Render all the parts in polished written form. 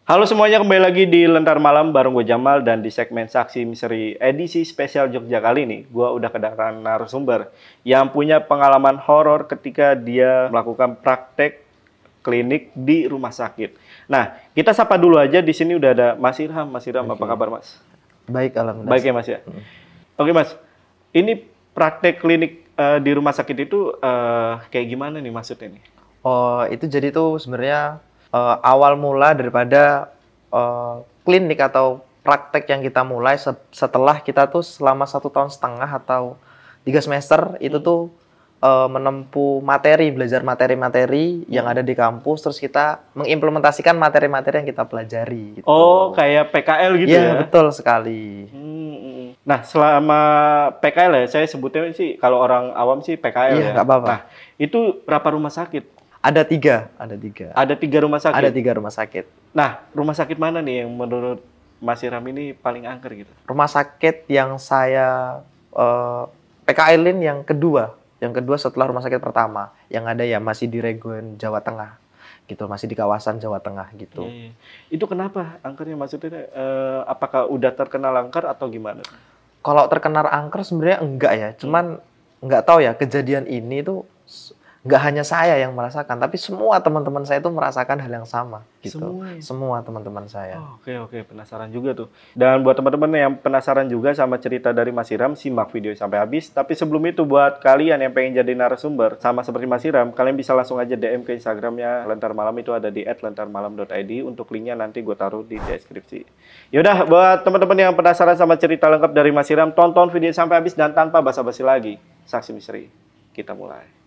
Halo semuanya, kembali lagi di Lentar Malam bareng gue Jamal, dan di segmen Saksi Misteri edisi spesial Jogja kali ini gue udah kedatangan narasumber yang punya pengalaman horor ketika dia melakukan praktek klinik di rumah sakit. Nah, kita sapa dulu aja, di sini udah ada Mas Irham. Mas Irham, apa Oke, kabar Mas? baik alhamdulillah. Baik ya Mas ya? Oke Mas, ini praktek klinik di rumah sakit itu kayak gimana nih maksudnya nih? Oh, itu jadi tuh sebenarnya awal mula daripada klinik atau praktek yang kita mulai setelah kita tuh selama 1,5 tahun atau 3 semester itu tuh menempuh belajar materi-materi yang ada di kampus, terus kita mengimplementasikan materi-materi yang kita pelajari Oh, gitu. kayak PKL gitu Iya, ya? betul sekali. Nah, selama PKL ya, saya sebutnya sih, kalau orang awam sih PKL Iya, ya. nggak apa-apa. Nah, itu berapa rumah sakit? Ada tiga, ada tiga. Ada 3 rumah Ada sakit. 3 rumah sakit. Nah, rumah sakit mana nih yang menurut Mas Iram ini paling angker gitu? Rumah sakit yang saya PKL-in yang kedua setelah rumah sakit pertama, yang ada ya masih di Regon, Jawa Tengah, gitu, masih di kawasan Jawa Tengah gitu. Iya, iya. Itu kenapa angkernya? Maksudnya, apakah udah terkenal angker atau gimana? Kalau terkena angker sebenarnya enggak ya, cuman nggak tahu ya, kejadian ini tuh nggak hanya saya yang merasakan, tapi semua teman-teman saya itu merasakan hal yang sama gitu. Semua ya? Semua teman-teman saya. Oh, oke, penasaran juga tuh. Dan buat teman-teman yang penasaran juga sama cerita dari Mas Iram, simak video sampai habis. Tapi sebelum itu, buat kalian yang pengen jadi narasumber sama seperti Mas Iram, kalian bisa langsung aja DM ke Instagramnya Lentar Malam, itu ada di @lentarmalam.id. Untuk linknya nanti gue taruh di deskripsi. Yaudah, buat teman-teman yang penasaran sama cerita lengkap dari Mas Iram, tonton video sampai habis, dan tanpa basa-basi lagi, Saksi Misteri, kita mulai.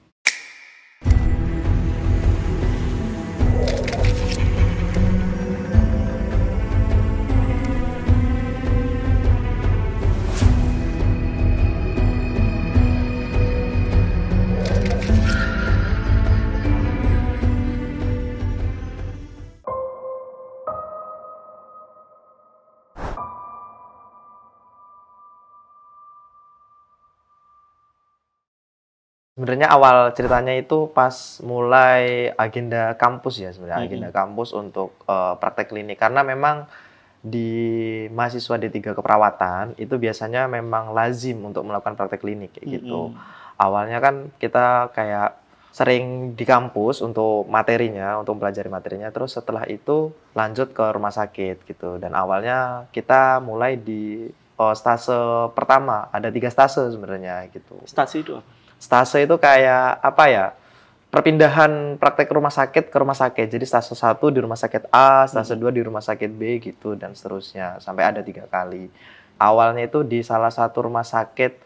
Sebenarnya awal ceritanya itu pas mulai agenda kampus ya, sebenarnya agenda kampus untuk praktek klinik, karena memang di mahasiswa D3 keperawatan itu biasanya memang lazim untuk melakukan praktek klinik kayak gitu. Awalnya kan kita kayak sering di kampus untuk materinya, untuk mempelajari materinya, terus setelah itu lanjut ke rumah sakit gitu. Dan awalnya kita mulai di stase pertama, ada 3 stase sebenarnya gitu. Stasi itu apa? Stase itu kayak apa ya? Perpindahan praktek rumah sakit ke rumah sakit. Jadi stase 1 di rumah sakit A, stase 2 di rumah sakit B gitu, dan seterusnya sampai ada 3 kali. Awalnya itu di salah satu rumah sakit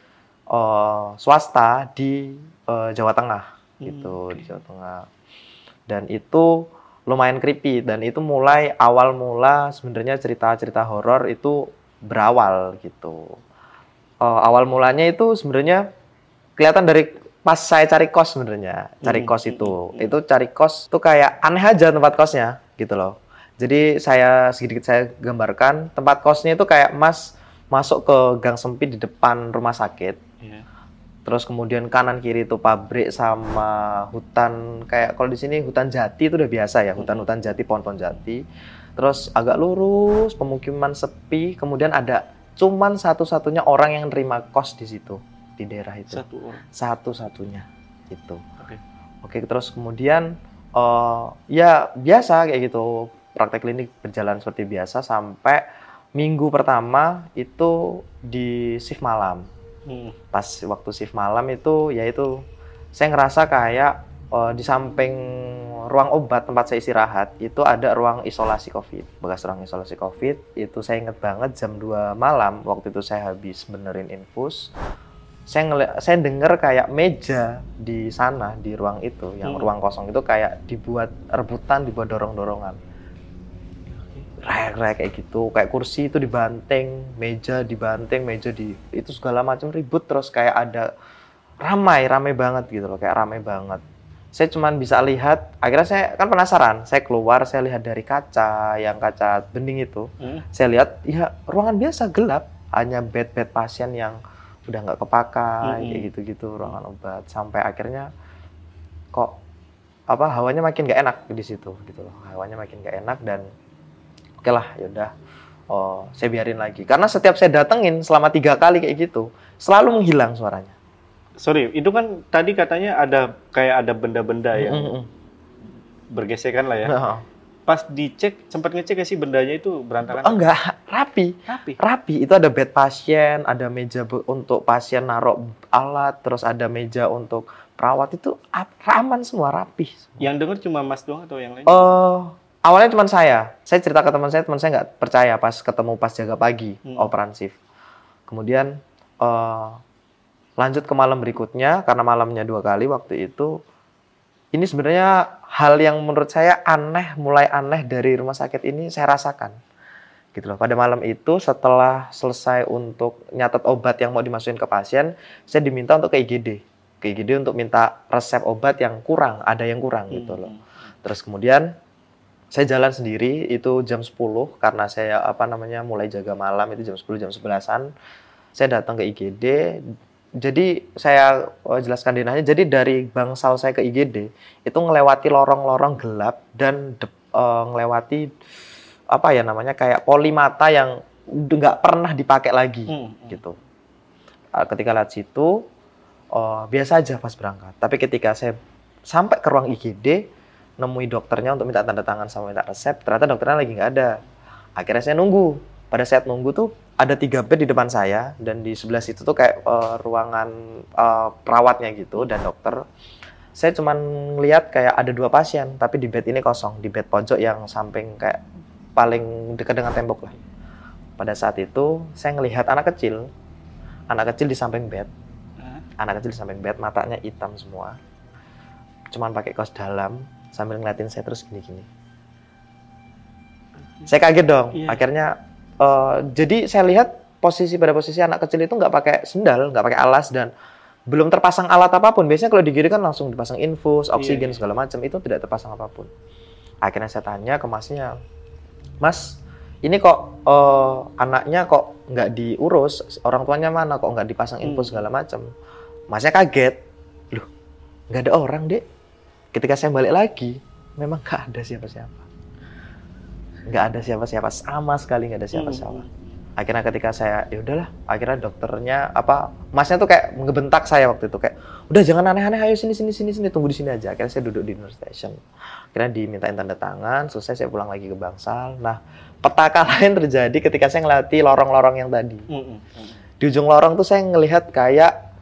swasta di Jawa Tengah gitu, di Jawa Tengah. Dan itu lumayan creepy, dan itu awal mula sebenarnya cerita-cerita horor itu berawal gitu. Awal mulanya itu sebenarnya kelihatan dari pas saya cari kos sebenarnya. Cari kos itu. Itu cari kos tuh kayak aneh aja tempat kosnya gitu loh. Jadi sedikit saya gambarkan, tempat kosnya itu kayak Mas masuk ke gang sempit di depan rumah sakit. Iya. Terus kemudian kanan kiri itu pabrik sama hutan, kayak kalau di sini hutan jati itu udah biasa ya, hutan-hutan jati, pohon-pohon jati. Terus agak lurus, pemukiman sepi, kemudian ada cuman satu-satunya orang yang nerima kos di situ, di daerah itu. Satu orang. Satu-satunya itu. Oke. Oke, terus kemudian ya biasa kayak gitu. Praktek klinik berjalan seperti biasa sampai minggu pertama itu di shift malam. Pas waktu shift malam itu, yaitu saya ngerasa kayak di samping ruang obat tempat saya istirahat itu ada ruang isolasi COVID. Bekas ruang isolasi COVID itu saya inget banget jam 2 malam waktu itu saya habis benerin infus. Saya dengar kayak meja di sana, di ruang itu, yang ruang kosong itu kayak dibuat rebutan, dibuat dorong-dorongan. Rek kayak gitu, kayak kursi itu dibanting, meja itu segala macam ribut, terus kayak ada ramai banget gitu loh, kayak ramai banget. Saya cuman bisa lihat, akhirnya saya kan penasaran, saya keluar, saya lihat dari kaca bening itu. Saya lihat ya ruangan biasa gelap, hanya bed pasien yang udah nggak kepakai kayak gitu-gitu, ruangan obat. Sampai akhirnya kok hawanya makin nggak enak di situ gitu loh, hawanya makin nggak enak. Dan Oke lah, yaudah. Oh, saya biarin lagi. Karena setiap saya datengin selama 3 kali kayak gitu, selalu menghilang suaranya. Sorry, itu kan tadi katanya ada benda-benda yang bergesekan lah ya. Pas dicek, sempat ngecek nggak sih bendanya itu berantakan? Enggak, rapi. Itu ada bed pasien, ada meja untuk pasien naruh alat, terus ada meja untuk perawat, itu aman semua, rapi. Yang denger cuma Mas doang atau yang lain? Awalnya cuma saya. Saya cerita ke teman saya nggak percaya pas ketemu pas jaga pagi, operansif. Kemudian lanjut ke malam berikutnya, karena malamnya 2 kali waktu itu. Ini sebenarnya hal yang menurut saya mulai aneh dari rumah sakit ini saya rasakan. Gitu loh. Pada malam itu setelah selesai untuk nyatet obat yang mau dimasukin ke pasien, saya diminta untuk ke IGD. Ke IGD untuk minta resep obat yang kurang, ada yang kurang gitu loh. Terus kemudian saya jalan sendiri itu jam 10 karena saya mulai jaga malam itu jam 10 jam 11-an. Saya datang ke IGD. Jadi saya jelaskan dinahnya. Jadi dari bangsal saya ke IGD itu ngelewati lorong-lorong gelap dan ngelewati kayak polimata yang nggak pernah dipakai lagi gitu. Ketika lihat situ biasa aja pas berangkat. Tapi ketika saya sampai ke ruang IGD nemui dokternya untuk minta tanda tangan sama minta resep, ternyata dokternya lagi nggak ada. Akhirnya saya nunggu. Pada saat nunggu tuh ada 3 bed di depan saya dan di sebelah situ tuh kayak ruangan perawatnya gitu dan dokter. Saya cuma ngeliat kayak ada 2 pasien, tapi di bed ini kosong, di bed pojok yang samping kayak paling dekat dengan tembok lah. Pada saat itu saya ngelihat anak kecil di samping bed, matanya hitam semua, cuman pakai kaos dalam sambil ngeliatin saya terus gini-gini. Saya kaget dong. Akhirnya jadi saya lihat pada posisi anak kecil itu nggak pakai sendal, nggak pakai alas dan belum terpasang alat apapun. Biasanya kalau di IGD kan langsung dipasang infus, oksigen segala macam, itu tidak terpasang apapun. Akhirnya saya tanya ke masnya, Mas, ini kok anaknya kok nggak diurus, orang tuanya mana kok nggak dipasang infus segala macam. Masnya kaget, loh nggak ada orang dek. Ketika saya balik lagi, memang nggak ada siapa-siapa. Nggak ada siapa-siapa, sama sekali nggak ada siapa-siapa. Akhirnya ketika saya, ya udahlah, akhirnya dokternya masnya tuh kayak ngebentak saya waktu itu kayak, udah jangan aneh-aneh, ayo sini, tunggu di sini aja. Akhirnya saya duduk di nurse station. Akhirnya dimintain tanda tangan, selesai saya pulang lagi ke bangsal. Nah, petaka lain terjadi ketika saya ngelatih lorong-lorong yang tadi. Di ujung lorong tuh saya ngelihat kayak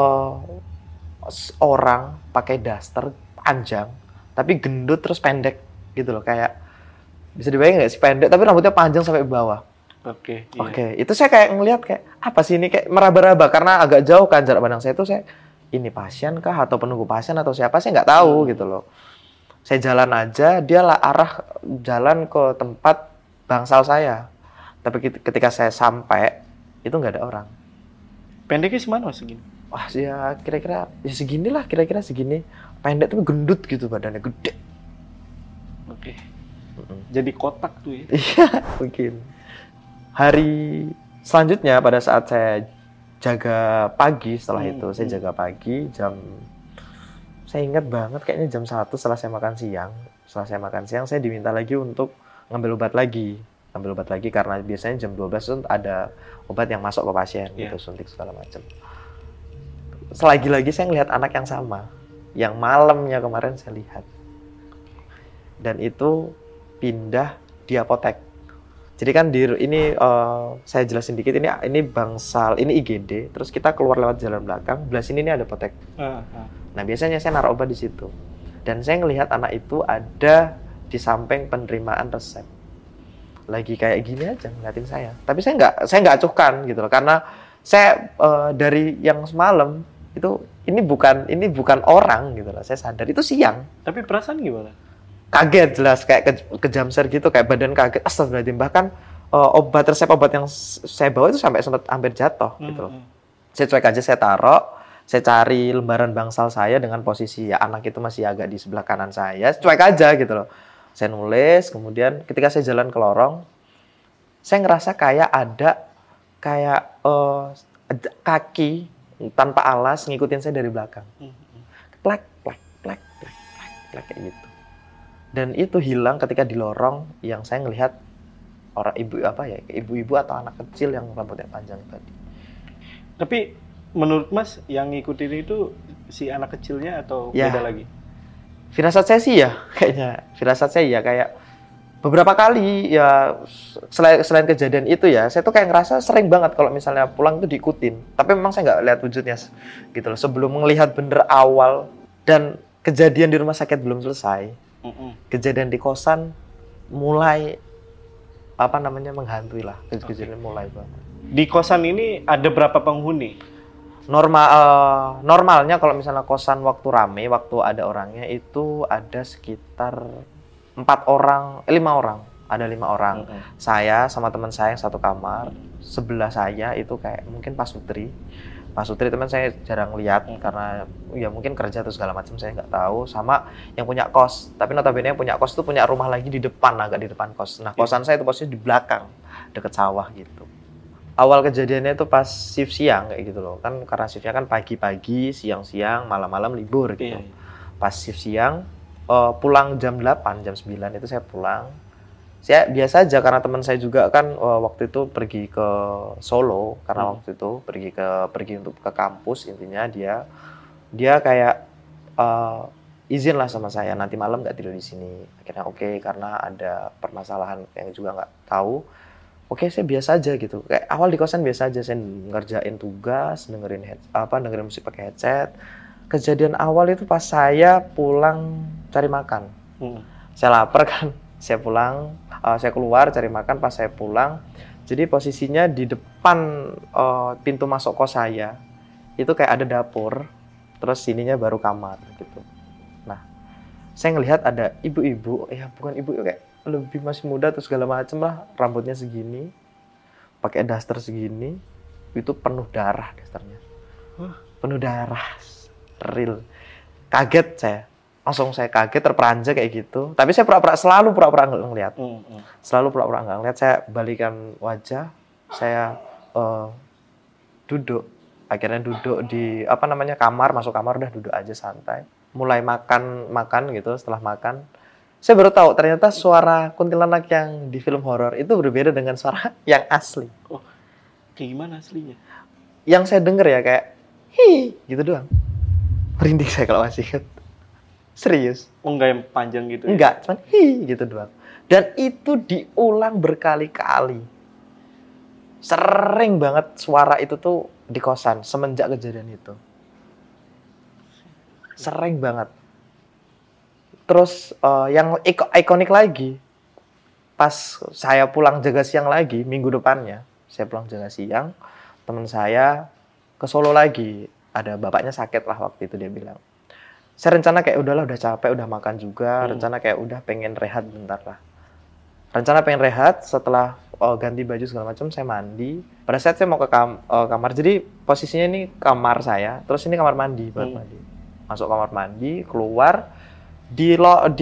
orang pakai daster panjang, tapi gendut terus pendek gitu loh, kayak bisa dibayangin nggak sih, pendek tapi rambutnya panjang sampai bawah. Oke, itu saya kayak ngelihat kayak apa sih ini, kayak meraba-raba karena agak jauh kan jarak pandang saya itu. Saya ini pasien kah atau penunggu pasien atau siapa, saya nggak tahu gitu loh. Saya jalan aja, dia arah jalan ke tempat bangsal saya. Tapi ketika saya sampai itu nggak ada orang. Pendeknya semana segini? Wah, ya kira-kira ya seginilah, kira-kira segini. Pendek tapi gendut gitu, badannya gede. Oke. Jadi kotak tuh ya? Iya, mungkin. Hari selanjutnya pada saat saya jaga pagi setelah itu, saya jaga pagi saya ingat banget kayaknya jam 1 setelah saya makan siang. Setelah saya makan siang, saya diminta lagi untuk ngambil obat lagi karena biasanya jam 12 itu ada obat yang masuk ke pasien gitu, suntik segala macam. Selagi-lagi saya ngelihat anak yang sama, yang malamnya kemarin saya lihat. Dan itu pindah di apotek. Jadi kan saya jelasin dikit, ini bangsal, ini IGD, terus kita keluar lewat jalan belakang, belah sini ini ada apotek. Nah, biasanya saya naruh obat di situ. Dan saya ngelihat anak itu ada di samping penerimaan resep. Lagi kayak gini aja ngeliatin saya. Tapi saya nggak acuhkan gitu loh, karena saya dari yang semalam itu ini bukan orang gitu loh. Saya sadar itu siang. Tapi perasaan gimana? Kaget jelas, kayak kejamser gitu, kayak badan kaget. Astagfirullahaladzim, bahkan resep obat yang saya bawa itu sampai sempat hampir jatuh gitu loh. Saya cuek aja, saya taruh, saya cari lembaran bangsal saya dengan posisi ya anak itu masih agak di sebelah kanan saya, cuek aja gitu loh. Saya nulis, kemudian ketika saya jalan ke lorong, saya ngerasa kayak ada kaki tanpa alas ngikutin saya dari belakang. Plak kayak gitu. Dan itu hilang ketika di lorong yang saya ngelihat orang ibu apa ya, ibu-ibu atau anak kecil yang rambutnya panjang tadi. Tapi menurut Mas yang ngikutin itu si anak kecilnya atau Ya. beda lagi? Firasat saya sih ya kayaknya, firasat saya ya kayak beberapa kali ya selain kejadian itu ya, saya tuh kayak ngerasa sering banget kalau misalnya pulang itu diikutin. Tapi memang saya nggak lihat wujudnya gitu loh. Sebelum melihat bener awal dan kejadian di rumah sakit belum selesai, kejadian di kosan mulai apa namanya menghantui lah. Kejadian mulai banget. Di kosan ini ada berapa penghuni? Normalnya kalau misalnya kosan waktu rame, waktu ada orangnya itu ada sekitar 5 orang, ada 5 orang. Saya sama teman saya yang satu kamar, sebelah saya itu kayak mungkin Pak Sutri teman saya jarang lihat karena ya mungkin kerja atau segala macam saya nggak tahu, sama yang punya kos. Tapi notabene yang punya kos itu punya rumah lagi di depan, agak di depan kos. Nah kosan saya itu posisinya di belakang, deket sawah gitu. Awal kejadiannya itu pas shift siang kayak gitu loh, kan karena shiftnya kan pagi-pagi, siang-siang, malam-malam libur gitu. Pas shift siang pulang jam 8, jam 9 itu saya pulang. Saya biasa aja karena teman saya juga kan waktu itu pergi ke Solo karena waktu itu pergi untuk ke kampus, intinya dia kayak izin lah sama saya nanti malam nggak tidur di sini. Akhirnya oke, karena ada permasalahan yang juga nggak tahu. Oke, saya biasa aja gitu. Kayak awal di kosan biasa aja, saya ngerjain tugas, dengerin musik pakai headset. Kejadian awal itu pas saya pulang cari makan. Saya lapar kan, saya pulang, saya keluar cari makan. Pas saya pulang, jadi posisinya di depan pintu masuk kos saya itu kayak ada dapur, terus sininya baru kamar gitu. Nah, saya ngelihat ada ibu-ibu, ya bukan ibu kayak lebih masih muda atau segala macem lah, rambutnya segini, pakai daster segini, itu penuh darah dasternya, penuh darah. Real kaget saya, langsung saya kaget, terperanjat kayak gitu. Tapi saya selalu pura-pura nggak ngeliat, saya balikan wajah, saya duduk, akhirnya duduk di kamar, masuk kamar udah duduk aja santai, mulai makan gitu. Setelah makan saya baru tahu ternyata suara kuntilanak yang di film horor itu berbeda dengan suara yang asli. Oh, kayak gimana aslinya? Yang saya denger ya kayak hi gitu doang. Merinding saya kalau masih ingat. Serius. Oh, enggak yang panjang gitu? Enggak, cuman hi gitu doang. Dan itu diulang berkali-kali. Sering banget suara itu tuh di kosan semenjak kejadian itu. Sering banget. Terus yang ikonik lagi, pas saya pulang jaga siang lagi, minggu depannya, saya pulang jaga siang, teman saya ke Solo lagi. Ada bapaknya sakit lah waktu itu, dia bilang. Saya rencana kayak udahlah, udah capek, udah makan juga, rencana kayak udah pengen rehat bentar lah. Rencana pengen rehat, setelah ganti baju segala macam, saya mandi. Pada saat saya mau ke kamar, jadi posisinya ini kamar saya, terus ini kamar mandi, buat mandi. Masuk kamar mandi, keluar, di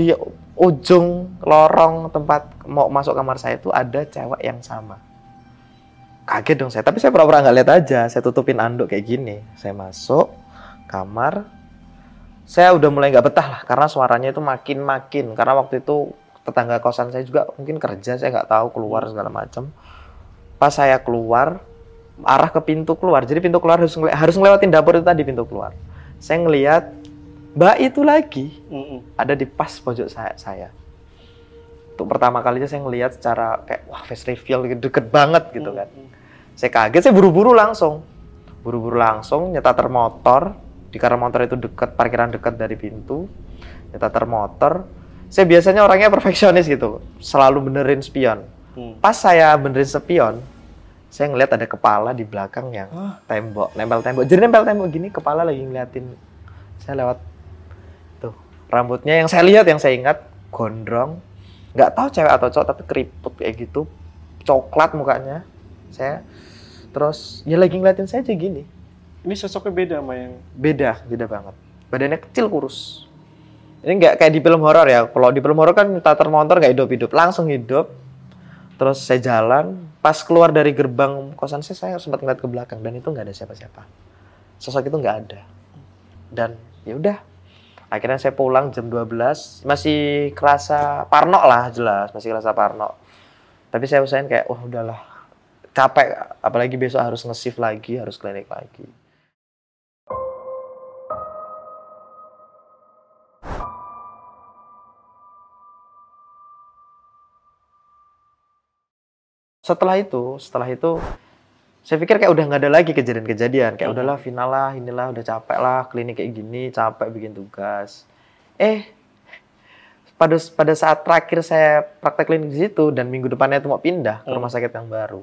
ujung lorong tempat mau masuk kamar saya itu ada cewek yang sama. Kaget dong saya, tapi saya pura-pura nggak lihat aja, saya tutupin anduk kayak gini. Saya masuk kamar, saya udah mulai nggak betah lah, karena suaranya itu makin, karena waktu itu tetangga kosan saya juga mungkin kerja, saya nggak tahu, keluar segala macam. Pas saya keluar, arah ke pintu keluar, jadi pintu keluar harus ngelewatin dapur itu tadi, pintu keluar. Saya ngelihat Mbak itu lagi ada di pas pojok saya. Untuk pertama kalinya saya ngelihat secara kayak wah, face reveal deket banget gitu kan. Saya kaget, saya buru-buru langsung nyetar motor. Di karena motor itu parkiran dekat dari pintu. Nyetar motor. Saya biasanya orangnya perfeksionis gitu, selalu benerin spion. Pas saya benerin spion, saya ngelihat ada kepala di belakang yang nempel tembok. Jadi nempel tembok gini, kepala lagi ngeliatin saya lewat tuh. Rambutnya yang saya lihat, yang saya ingat gondrong. Nggak tahu cewek atau cowok, tapi keriput kayak gitu, coklat mukanya. Terus ya lagi ngeliatin saya aja gini. Ini sosoknya beda sama yang... Beda banget. Badannya kecil, kurus. Ini nggak kayak di film horor ya. Kalau di film horor kan tater motor nggak hidup, langsung hidup. Terus saya jalan, pas keluar dari gerbang kosan saya sempat ngeliat ke belakang dan itu nggak ada siapa-siapa. Sosok itu nggak ada. Dan ya udah. Akhirnya saya pulang jam 12, masih kerasa parno lah, jelas masih kerasa parno. Tapi saya usahain kayak, wah udahlah, capek, apalagi besok harus nge-shift lagi, harus klinik lagi. Setelah itu saya pikir kayak udah nggak ada lagi kejadian-kejadian. Kayak udahlah final lah, inilah udah capek lah, klinik kayak gini, capek bikin tugas. Pada saat terakhir saya praktek klinik di situ dan minggu depannya itu mau pindah ke rumah sakit yang baru.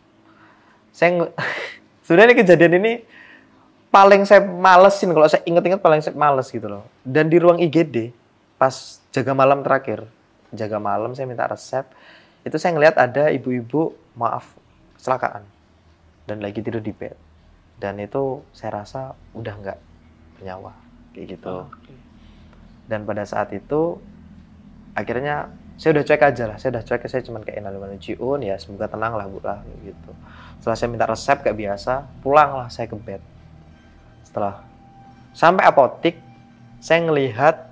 Sebenarnya kejadian ini paling saya malesin, kalau saya inget-inget paling saya males gitu loh. Dan di ruang IGD pas jaga malam terakhir, jaga malam saya minta resep, itu saya ngelihat ada ibu-ibu kecelakaan dan lagi tidur di bed. Dan itu saya rasa udah nggak bernyawa kayak gitu. Dan pada saat itu akhirnya saya udah cuek aja lah, saya cuma kayak enak ciun ya, semoga tenang lah Bu lah gitu. Setelah saya minta resep kayak biasa, pulang lah saya ke bed. Setelah sampai apotik, saya ngelihat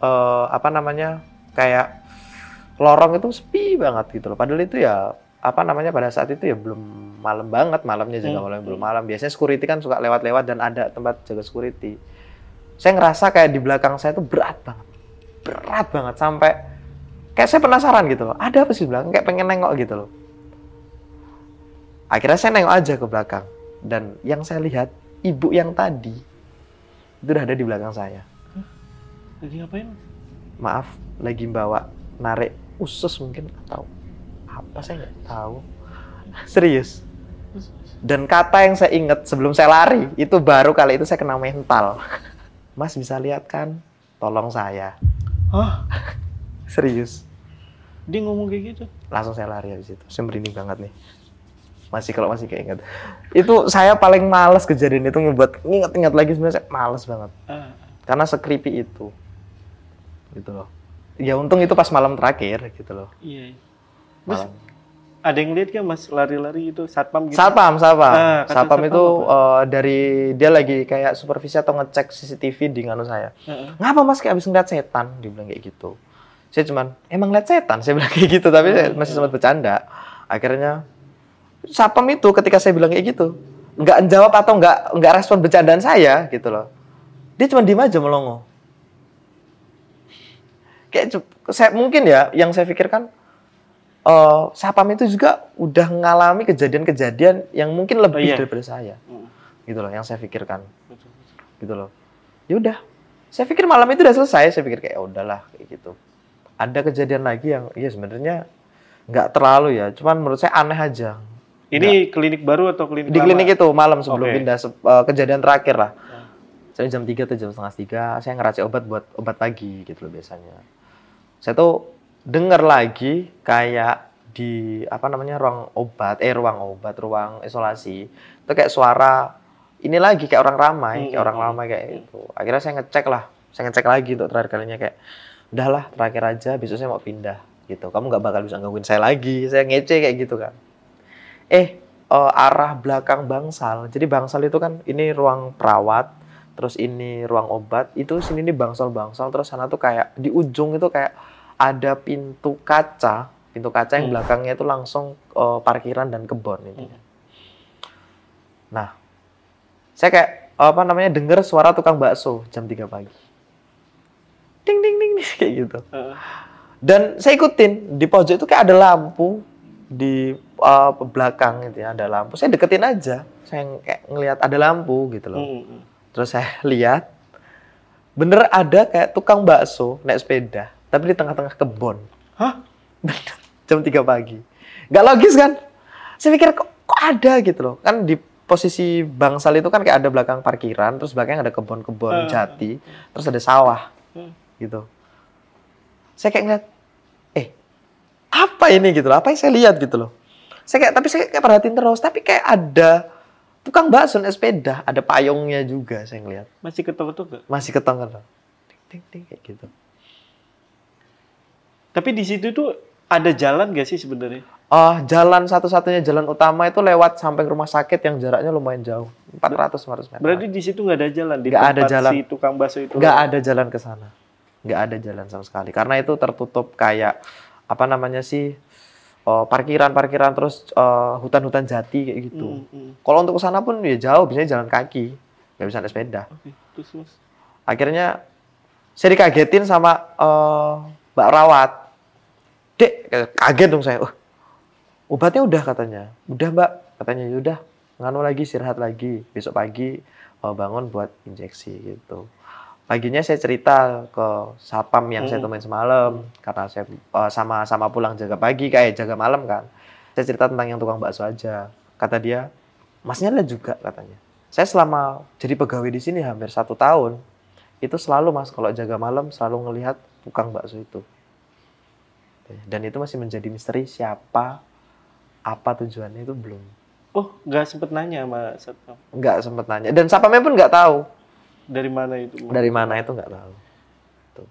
kayak lorong itu sepi banget gitu loh. Padahal itu ya pada saat itu ya belum malam banget, malamnya jaga malam belum malam. Biasanya security kan suka lewat-lewat dan ada tempat jaga security. Saya ngerasa kayak di belakang saya tuh berat banget sampai kayak saya penasaran gitu loh. Ada apa sih di belakang? Kayak pengen nengok gitu loh. Akhirnya saya nengok aja ke belakang dan yang saya lihat ibu yang tadi itu udah ada di belakang saya. Lagi ngapain? Maaf, lagi bawa narik usus mungkin atau apa saya nggak tahu. Serius. Dan kata yang saya ingat sebelum saya lari itu baru kali itu saya kena mental. Mas bisa lihat kan? Tolong saya. Hah? Serius. Dia ngomong kayak gitu? Langsung saya lari habis itu. Saya merinding banget nih. Kalau masih kayak ingat. Itu saya paling males kejadian itu ngebuat ingat lagi sebenarnya saya males banget. Karena se-creepy itu. Gitu loh. Ya untung itu pas malam terakhir gitu loh. Iya. Mas, ada yang lihat kan Mas lari-lari itu satpam gitu? Satpam itu dari dia lagi kayak supervisi atau ngecek CCTV di nganu saya. Ngapa Mas kayak habis ngeliat setan? Dia bilang kayak gitu. Saya cuman emang lihat setan, saya bilang kayak gitu, tapi saya masih sempat bercanda. Akhirnya satpam itu ketika saya bilang kayak gitu, nggak jawab atau nggak respon bercandaan saya gitu loh. Dia cuma diem aja melongo. Kayak mungkin ya yang saya pikirkan satpam itu juga udah ngalami kejadian-kejadian yang mungkin lebih daripada saya. Gitu loh yang saya pikirkan. Gitu loh. Ya udah. Saya pikir malam itu udah selesai, saya pikir kayak udahlah kayak gitu. Ada kejadian lagi yang ya sebenarnya nggak terlalu ya, cuman menurut saya aneh aja. Ini klinik baru atau klinik di lama? Klinik itu malam sebelum pindah kejadian terakhir lah. Saya jam 3 atau jam setengah 3, saya ngeracik obat buat obat pagi gitu loh biasanya. Saya tuh dengar lagi kayak di ruang isolasi itu kayak suara ini lagi kayak orang ramai, kayak itu. Akhirnya saya ngecek lagi untuk terakhir kalinya kayak udahlah terakhir aja, besok saya mau pindah gitu. Kamu nggak bakal bisa gangguin saya lagi, saya ngece kayak gitu kan. Arah belakang bangsal. Jadi bangsal itu kan ini ruang perawat, terus ini ruang obat, itu sini nih bangsal, terus sana tuh kayak di ujung itu kayak ada pintu kaca yang belakangnya itu langsung parkiran dan kebun intinya. Nah, saya kayak dengar suara tukang bakso jam 3 pagi. Ding ding ding kayak gitu. Dan saya ikutin, di pojok itu kayak ada lampu di belakang gitu ya, ada lampu. Saya deketin aja. Saya kayak ngelihat ada lampu gitu loh. Terus saya lihat bener ada kayak tukang bakso naik sepeda, tapi di tengah-tengah kebun. Hah? Jam 3 pagi. Nggak logis kan? Saya pikir kok ada gitu loh. Kan di posisi bangsal itu kan kayak ada belakang parkiran, terus belakang ada kebun-kebun jati, terus ada sawah gitu. Saya kayak ngeliat, apa ini gitu loh? Apa yang saya lihat gitu loh? Saya kayak perhatiin terus, tapi kayak ada tukang bakso naik sepeda, ada payungnya juga saya ngeliat. Masih ketok-ketok nggak? Masih ketok-ketok. Ting kayak gitu. Tapi di situ tuh ada jalan nggak sih sebenarnya? Jalan satu-satunya jalan utama itu lewat sampai rumah sakit yang jaraknya lumayan jauh, 400 meter. Berarti di situ nggak ada jalan di nggak tempat ada jalan. Si tukang bakso itu? Nggak ada jalan ke sana. Nggak ada jalan sama sekali. Karena itu tertutup kayak parkiran terus hutan-hutan jati kayak gitu. Kalau untuk ke sana pun ya jauh, biasanya jalan kaki, nggak bisa naik sepeda. Oke, terus Mas. Akhirnya saya dikagetin sama Mbak Rawat. Dek, kaget dong saya. Obatnya udah katanya. Udah Mbak, katanya yaudah nganu lagi, istirahat lagi. Besok pagi bangun buat injeksi gitu. Paginya saya cerita ke sapam yang saya temuin semalam, karena saya sama-sama pulang jaga pagi, kayak jaga malam kan. Saya cerita tentang yang tukang bakso aja. Kata dia, Masnya lihat juga katanya. Saya selama jadi pegawai di sini hampir 1 tahun, itu selalu Mas, kalau jaga malam selalu ngelihat tukang bakso itu. Dan itu masih menjadi misteri siapa, apa tujuannya itu belum. Oh, nggak sempet nanya sama satpam. Nggak sempet nanya. Dan sapamnya pun nggak tahu. Dari mana itu? Dari mana itu nggak tahu. Tuh.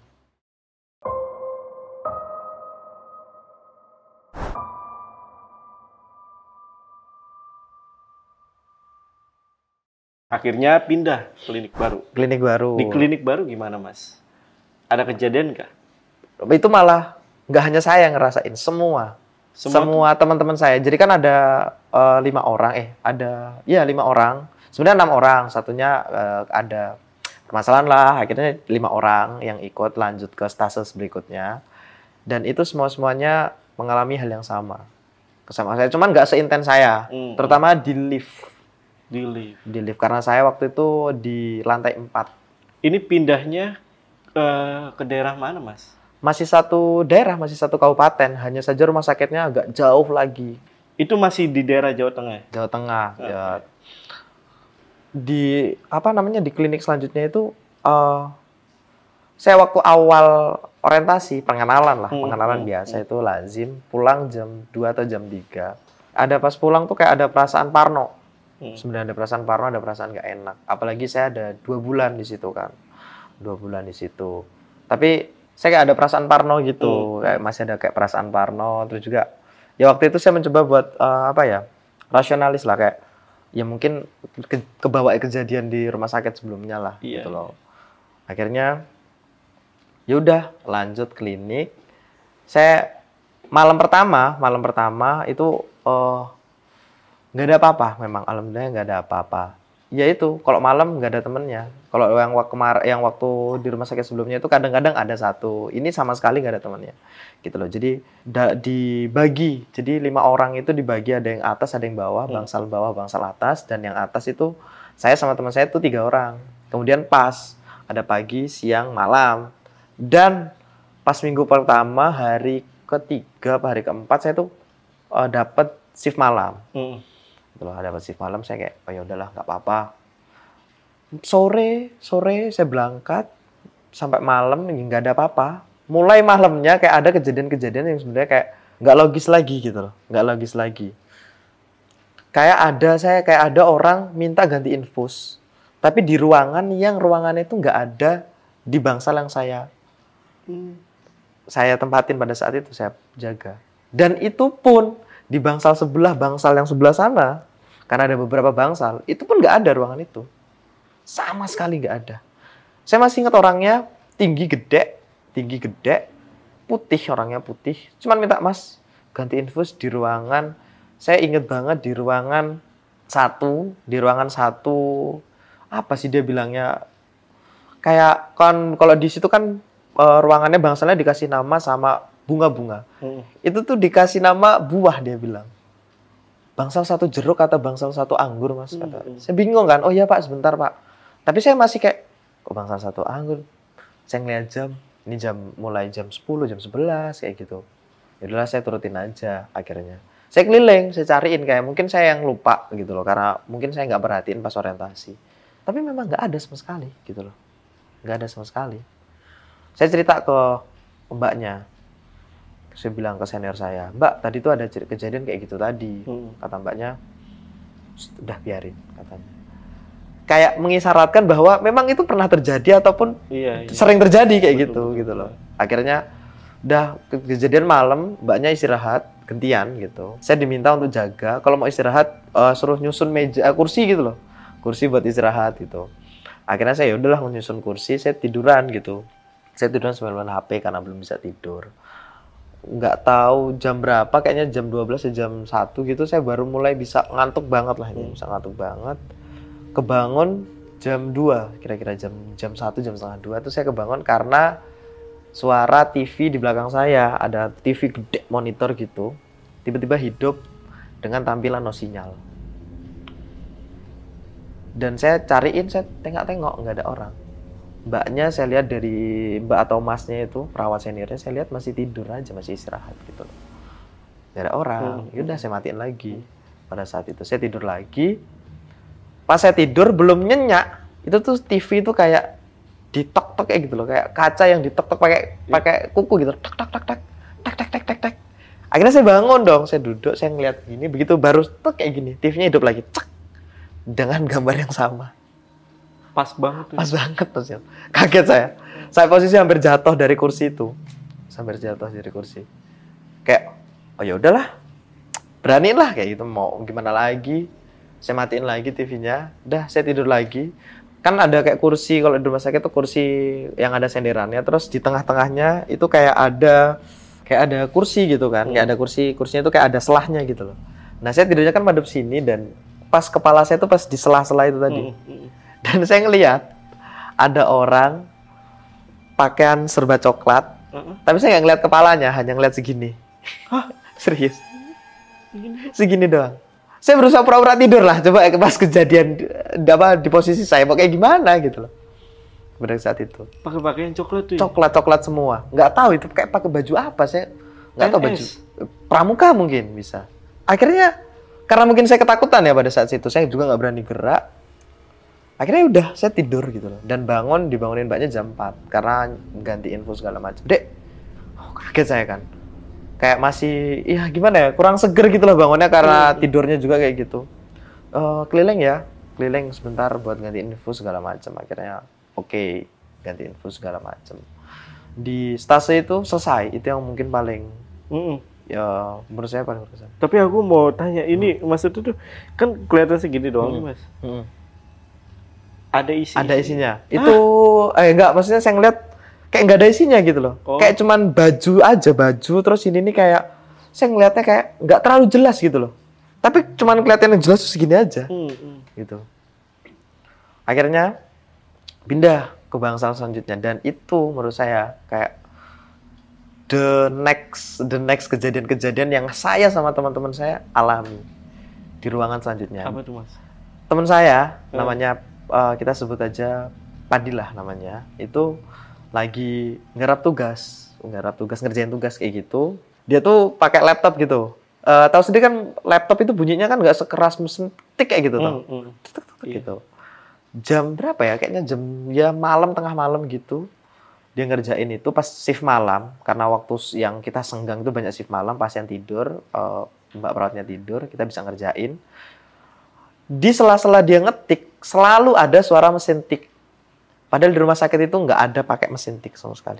Akhirnya pindah klinik baru. Klinik baru. Di klinik baru gimana Mas? Ada kejadian nggak? Itu malah nggak hanya saya yang ngerasain, semua teman-teman saya. Jadi kan ada 5 orang, ada 5 orang. Sebenarnya 6 orang, satunya ada permasalahan lah. Akhirnya 5 orang yang ikut lanjut ke stase berikutnya. Dan itu semuanya mengalami hal yang sama saya. Cuman nggak seintens saya, terutama di lift. Di lift karena saya waktu itu di lantai 4. Ini pindahnya ke daerah mana Mas? Masih satu daerah, masih satu kabupaten. Hanya saja rumah sakitnya agak jauh lagi. Itu masih di daerah Jawa Tengah? Jawa Tengah. Ya. Di di klinik selanjutnya itu saya waktu awal orientasi, pengenalan biasa itu lazim pulang jam 2 atau jam 3. Ada pas pulang tuh kayak ada perasaan parno. Sebenarnya ada perasaan parno, ada perasaan nggak enak. Apalagi saya ada 2 bulan di situ kan. 2 bulan di situ. Tapi saya kayak ada perasaan parno gitu. Kayak masih ada kayak perasaan parno. Terus juga ya waktu itu saya mencoba buat rasionalis lah, kayak ya mungkin kebawa kejadian di rumah sakit sebelumnya lah gitu loh. Akhirnya ya udah lanjut klinik. Saya malam pertama itu nggak ada apa-apa, memang alhamdulillah nggak ada apa-apa. Ya itu, kalau malam nggak ada temennya. Kalau yang waktu di rumah sakit sebelumnya itu kadang-kadang ada satu. Ini sama sekali nggak ada temennya, gitu loh. Jadi dibagi. Jadi 5 orang itu dibagi, ada yang atas, ada yang bawah, bawah, bangsal atas, dan yang atas itu saya sama teman saya itu 3 orang. Kemudian pas ada pagi, siang, malam. Dan pas minggu pertama, hari ketiga, hari keempat saya tuh dapat shift malam. Kalau ada shift malam saya kayak ya udahlah nggak apa-apa. Sore saya berangkat sampai malam nggak ada apa-apa. Mulai malamnya kayak ada kejadian-kejadian yang sebenarnya kayak nggak logis lagi gitu loh, nggak logis lagi. Kayak ada orang minta ganti infus, tapi di ruangannya itu nggak ada di bangsal yang saya tempatin pada saat itu, saya jaga. Dan itu pun di bangsal yang sebelah sana. Karena ada beberapa bangsal, itu pun nggak ada ruangan itu. Sama sekali nggak ada. Saya masih ingat orangnya tinggi gede, orangnya putih. Cuman minta Mas ganti infus di ruangan. Saya ingat banget di ruangan 1, apa sih dia bilangnya? Kayak kan kalau di situ kan ruangannya bangsalnya dikasih nama sama bunga-bunga. Itu tuh dikasih nama buah dia bilang. Bangsal 1 jeruk atau bangsal 1 anggur Mas kata. Saya bingung kan. Oh iya Pak, sebentar Pak. Tapi saya masih kayak kok bangsal 1 anggur. Saya ngeliat jam. Ini mulai jam 10, jam 11 kayak gitu. Ya udahlah saya turutin aja akhirnya. Saya keliling, saya cariin, kayak mungkin saya yang lupa gitu loh, karena mungkin saya nggak perhatiin pas orientasi. Tapi memang nggak ada sama sekali gitu loh. Nggak ada sama sekali. Saya cerita ke mbaknya. Saya bilang ke senior saya, Mbak, tadi tuh ada kejadian kayak gitu tadi. Kata mbaknya, udah biarin, katanya. Kayak mengisyaratkan bahwa memang itu pernah terjadi ataupun sering terjadi kayak betul, gitu loh. Akhirnya udah kejadian malam, mbaknya istirahat, gantian gitu. Saya diminta untuk jaga, kalau mau istirahat suruh nyusun kursi gitu loh. Kursi buat istirahat gitu. Akhirnya saya udahlah menyusun kursi, saya tiduran gitu. Saya tiduran sambil main HP karena belum bisa tidur. nggak tahu jam berapa, kayaknya jam 12 ya jam 1 gitu saya baru mulai bisa ngantuk banget lah ini, bisa ngantuk banget. Kebangun jam 2, kira-kira jam 1, jam setengah 2 itu saya kebangun karena suara TV di belakang saya, ada TV gede monitor gitu, tiba-tiba hidup dengan tampilan no sinyal. Dan saya cariin, saya tengok-tengok nggak ada orang. Mbaknya saya lihat dari mbak atau masnya itu, perawat seniornya saya lihat masih tidur aja, masih istirahat gitu loh. Nggak ada orang, yaudah saya matiin lagi. Pada saat itu saya tidur lagi. Pas saya tidur belum nyenyak, itu tuh TV itu kayak ditok-tok kayak gitu loh, kayak kaca yang ditok-tok pakai kuku gitu, tak tak tak tak tak tak tak tak tak. Akhirnya saya bangun dong, saya duduk, saya ngeliat gini, begitu baru tek kayak gini, TV-nya hidup lagi, cek, dengan gambar yang sama. Pas banget tuh. Pas banget tuh, kaget saya. Saya posisi hampir jatuh dari kursi itu, hampir jatuh dari kursi. Kayak, oh ya udahlah, beraniin lah kayak gitu, mau gimana lagi. Saya matiin lagi TV-nya, udah saya tidur lagi. Kan ada kayak kursi, kalau di rumah sakit tuh kursi yang ada senderannya, terus di tengah-tengahnya itu kayak ada kursi gitu kan, kayak ada kursinya itu kayak ada selahnya gitu loh. Nah saya tidurnya kan madep sini dan pas kepala saya tuh pas di sela-sela itu tadi. Dan saya ngelihat ada orang pakaian serba coklat, tapi saya nggak ngeliat kepalanya, hanya ngeliat segini. Hah? Serius? Segini doang. Saya berusaha pura-pura tidur lah, coba pas kejadian di posisi saya, mau kayak gimana gitu loh. Pada saat itu. Pakai pakaian coklat tuh. Coklat semua. Nggak tahu itu kayak pakai baju apa, saya nggak tahu baju. Pramuka mungkin bisa. Akhirnya karena mungkin saya ketakutan ya pada saat itu, saya juga nggak berani gerak. Akhirnya udah saya tidur gitu loh. Dan dibangunin mbaknya jam 4 karena ganti info segala macam. Dek, kaget saya kan. Kayak masih, ya gimana ya, kurang seger gitu loh bangunnya karena tidurnya juga kayak gitu. Keliling sebentar buat ganti info segala macam. Akhirnya oke, ganti info segala macam. Di stase itu selesai, itu yang mungkin paling, ya menurut saya paling berkesan. Tapi aku mau tanya, ini maksudnya tuh, kan kelihatan segini doang nih mas. Ada isinya? Itu, enggak, maksudnya saya ngeliat kayak nggak ada isinya gitu loh. Kayak cuman baju, terus ini nih kayak saya ngeliatnya kayak nggak terlalu jelas gitu loh. Tapi cuman kelihatan yang jelas tuh segini aja. Gitu. Akhirnya pindah ke bangsal selanjutnya dan itu menurut saya kayak the next kejadian-kejadian yang saya sama teman-teman saya alami di ruangan selanjutnya. Apa tuh mas? Teman saya namanya kita sebut aja Padilah namanya, itu lagi ngerjain tugas kayak gitu. Dia tuh pakai laptop gitu. Tahu sendiri kan laptop itu bunyinya kan nggak sekeras mesin tik kayak gitu gitu. Jam berapa ya? Kayaknya jam malam, tengah malam gitu. Dia ngerjain itu pas shift malam karena waktu yang kita senggang itu banyak shift malam, pasien tidur, mbak perawatnya tidur, kita bisa ngerjain. Di sela-sela dia ngetik selalu ada suara mesin tik. Padahal di rumah sakit itu nggak ada pakai mesin tik sama sekali.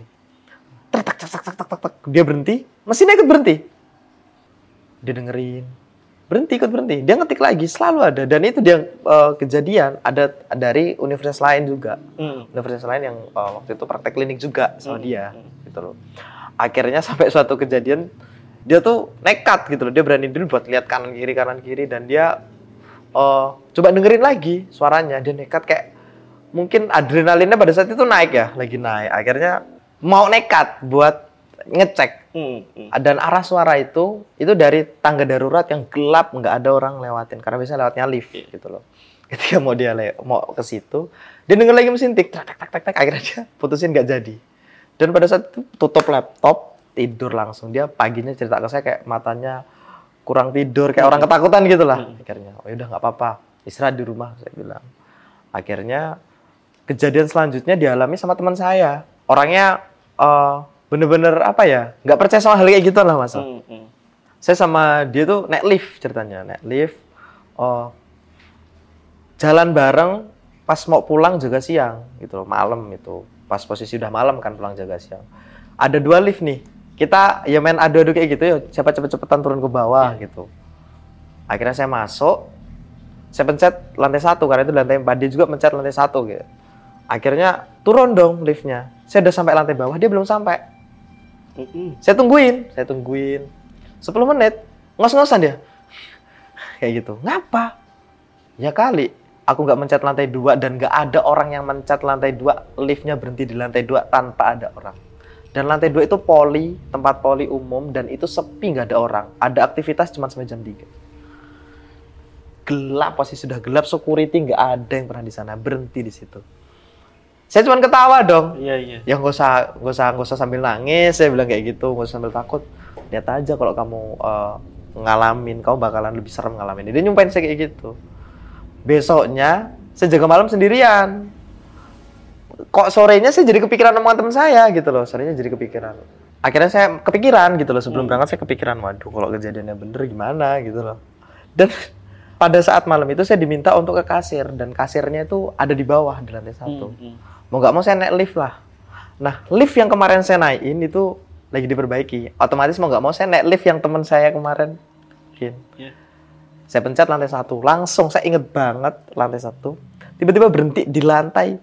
Dia berhenti, mesinnya ikut berhenti. Dia dengerin, ikut berhenti. Dia ngetik lagi, selalu ada. Dan itu dia kejadian ada dari universitas lain juga. Universitas lain yang waktu itu praktek klinik juga sama dia. Gitu loh. Akhirnya sampai suatu kejadian, dia tuh nekat gitu loh. Dia berani dulu buat lihat kanan kiri dan dia coba dengerin lagi suaranya. Dia nekat kayak mungkin adrenalinnya pada saat itu naik ya, lagi naik. Akhirnya mau nekat buat ngecek. Dan arah suara itu dari tangga darurat yang gelap, nggak ada orang lewatin. Karena biasanya lewatnya lift gitu loh. Ketika mau ke situ, dia denger lagi mesin tik, tak. Akhirnya dia putusin nggak jadi. Dan pada saat itu tutup laptop, tidur langsung. Dia paginya cerita ke saya kayak matanya kurang tidur, kayak orang ketakutan gitu lah. Akhirnya, oh yaudah nggak apa-apa, istirahat di rumah, saya bilang. Akhirnya kejadian selanjutnya dialami sama teman saya. Orangnya bener-bener apa ya, nggak percaya sama hal kayak gitu lah mas. Saya sama dia tuh naik lift ceritanya, jalan bareng pas mau pulang jaga siang gitu loh, malam itu. Pas posisi udah malam kan pulang jaga siang. Ada 2 lift nih. Kita ya main adu-adu kayak gitu ya, siapa cepet-cepetan turun ke bawah gitu. Akhirnya saya masuk, saya pencet lantai 1 karena itu lantai 4, dia juga pencet lantai 1 gitu. Akhirnya turun dong liftnya. Saya udah sampai lantai bawah, dia belum sampai. Saya tungguin 10 menit, ngos-ngosan dia. Kayak gitu. Ngapa? Ya kali, aku nggak mencet lantai 2 dan nggak ada orang yang mencet lantai 2, liftnya berhenti di lantai 2 tanpa ada orang. Dan lantai 2 itu tempat poli umum, dan itu sepi, nggak ada orang. Ada aktivitas cuma sampai jam 3. Gelap, posisi sudah gelap, security nggak ada yang pernah di sana, berhenti di situ. Saya cuma ketawa dong. Iya. Ya nggak usah sambil nangis, saya bilang kayak gitu, nggak usah sambil takut. Lihat aja kalau kamu ngalamin, kamu bakalan lebih serem ngalamin. Dia nyumpahin saya kayak gitu. Besoknya saya jaga malam sendirian. Kok sorenya saya jadi kepikiran sama teman saya gitu loh. Sorenya jadi kepikiran. Akhirnya saya kepikiran gitu loh, sebelum berangkat saya kepikiran, waduh kalau kejadiannya bener gimana gitu loh. Dan pada saat malam itu saya diminta untuk ke kasir, dan kasirnya itu ada di bawah di lantai 1. Mau nggak mau saya naik lift lah. Nah, lift yang kemarin saya naikin itu lagi diperbaiki. Otomatis mau nggak mau saya naik lift yang teman saya kemarin. Saya pencet lantai 1, langsung saya inget banget lantai 1. Tiba-tiba berhenti di lantai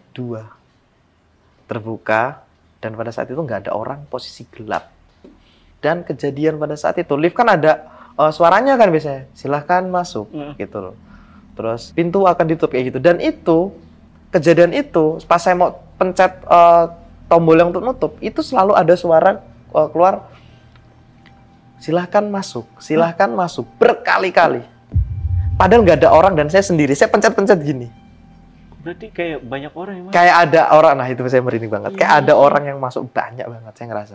2. Terbuka, dan pada saat itu nggak ada orang, posisi gelap. Dan kejadian pada saat itu, lift kan ada suaranya kan biasanya, silahkan masuk gitu loh. Terus pintu akan ditutup kayak gitu. Dan itu, kejadian itu, pas saya mau pencet tombol yang untuk nutup, itu selalu ada suara keluar, silahkan masuk, berkali-kali. Padahal nggak ada orang dan saya sendiri, saya pencet-pencet gini. Berarti kayak banyak orang yang masuk. Kayak ada orang, nah itu saya merinding banget. Kayak ada orang yang masuk, banyak banget, saya ngerasa.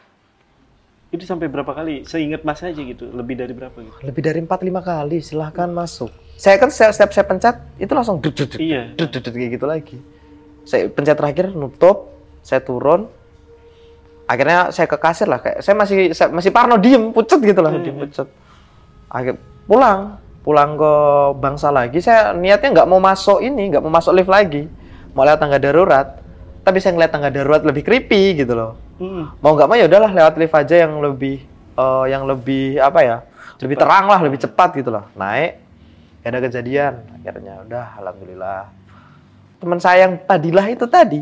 Itu sampai berapa kali? Seingat Mas aja gitu, lebih dari berapa gitu? Lebih dari 4-5 kali, silahkan masuk. Saya kan setiap saya pencet, itu langsung kayak gitu lagi. Saya pencet terakhir, nutup, saya turun. Akhirnya saya ke kasir lah, kayak saya masih parno, diem, pucet gitu lah, diem pucet. Akhirnya pulang ke bangsa lagi. Saya niatnya nggak mau masuk lift lagi, mau lewat tangga darurat. Tapi saya ngeliat tangga darurat lebih creepy gitu loh. Mau nggak mau ya udahlah lewat lift aja yang lebih apa ya, lebih terang lah, lebih cepat gitu loh. Naik, gak ada kejadian. Akhirnya udah, alhamdulillah. Teman saya yang tadilah itu tadi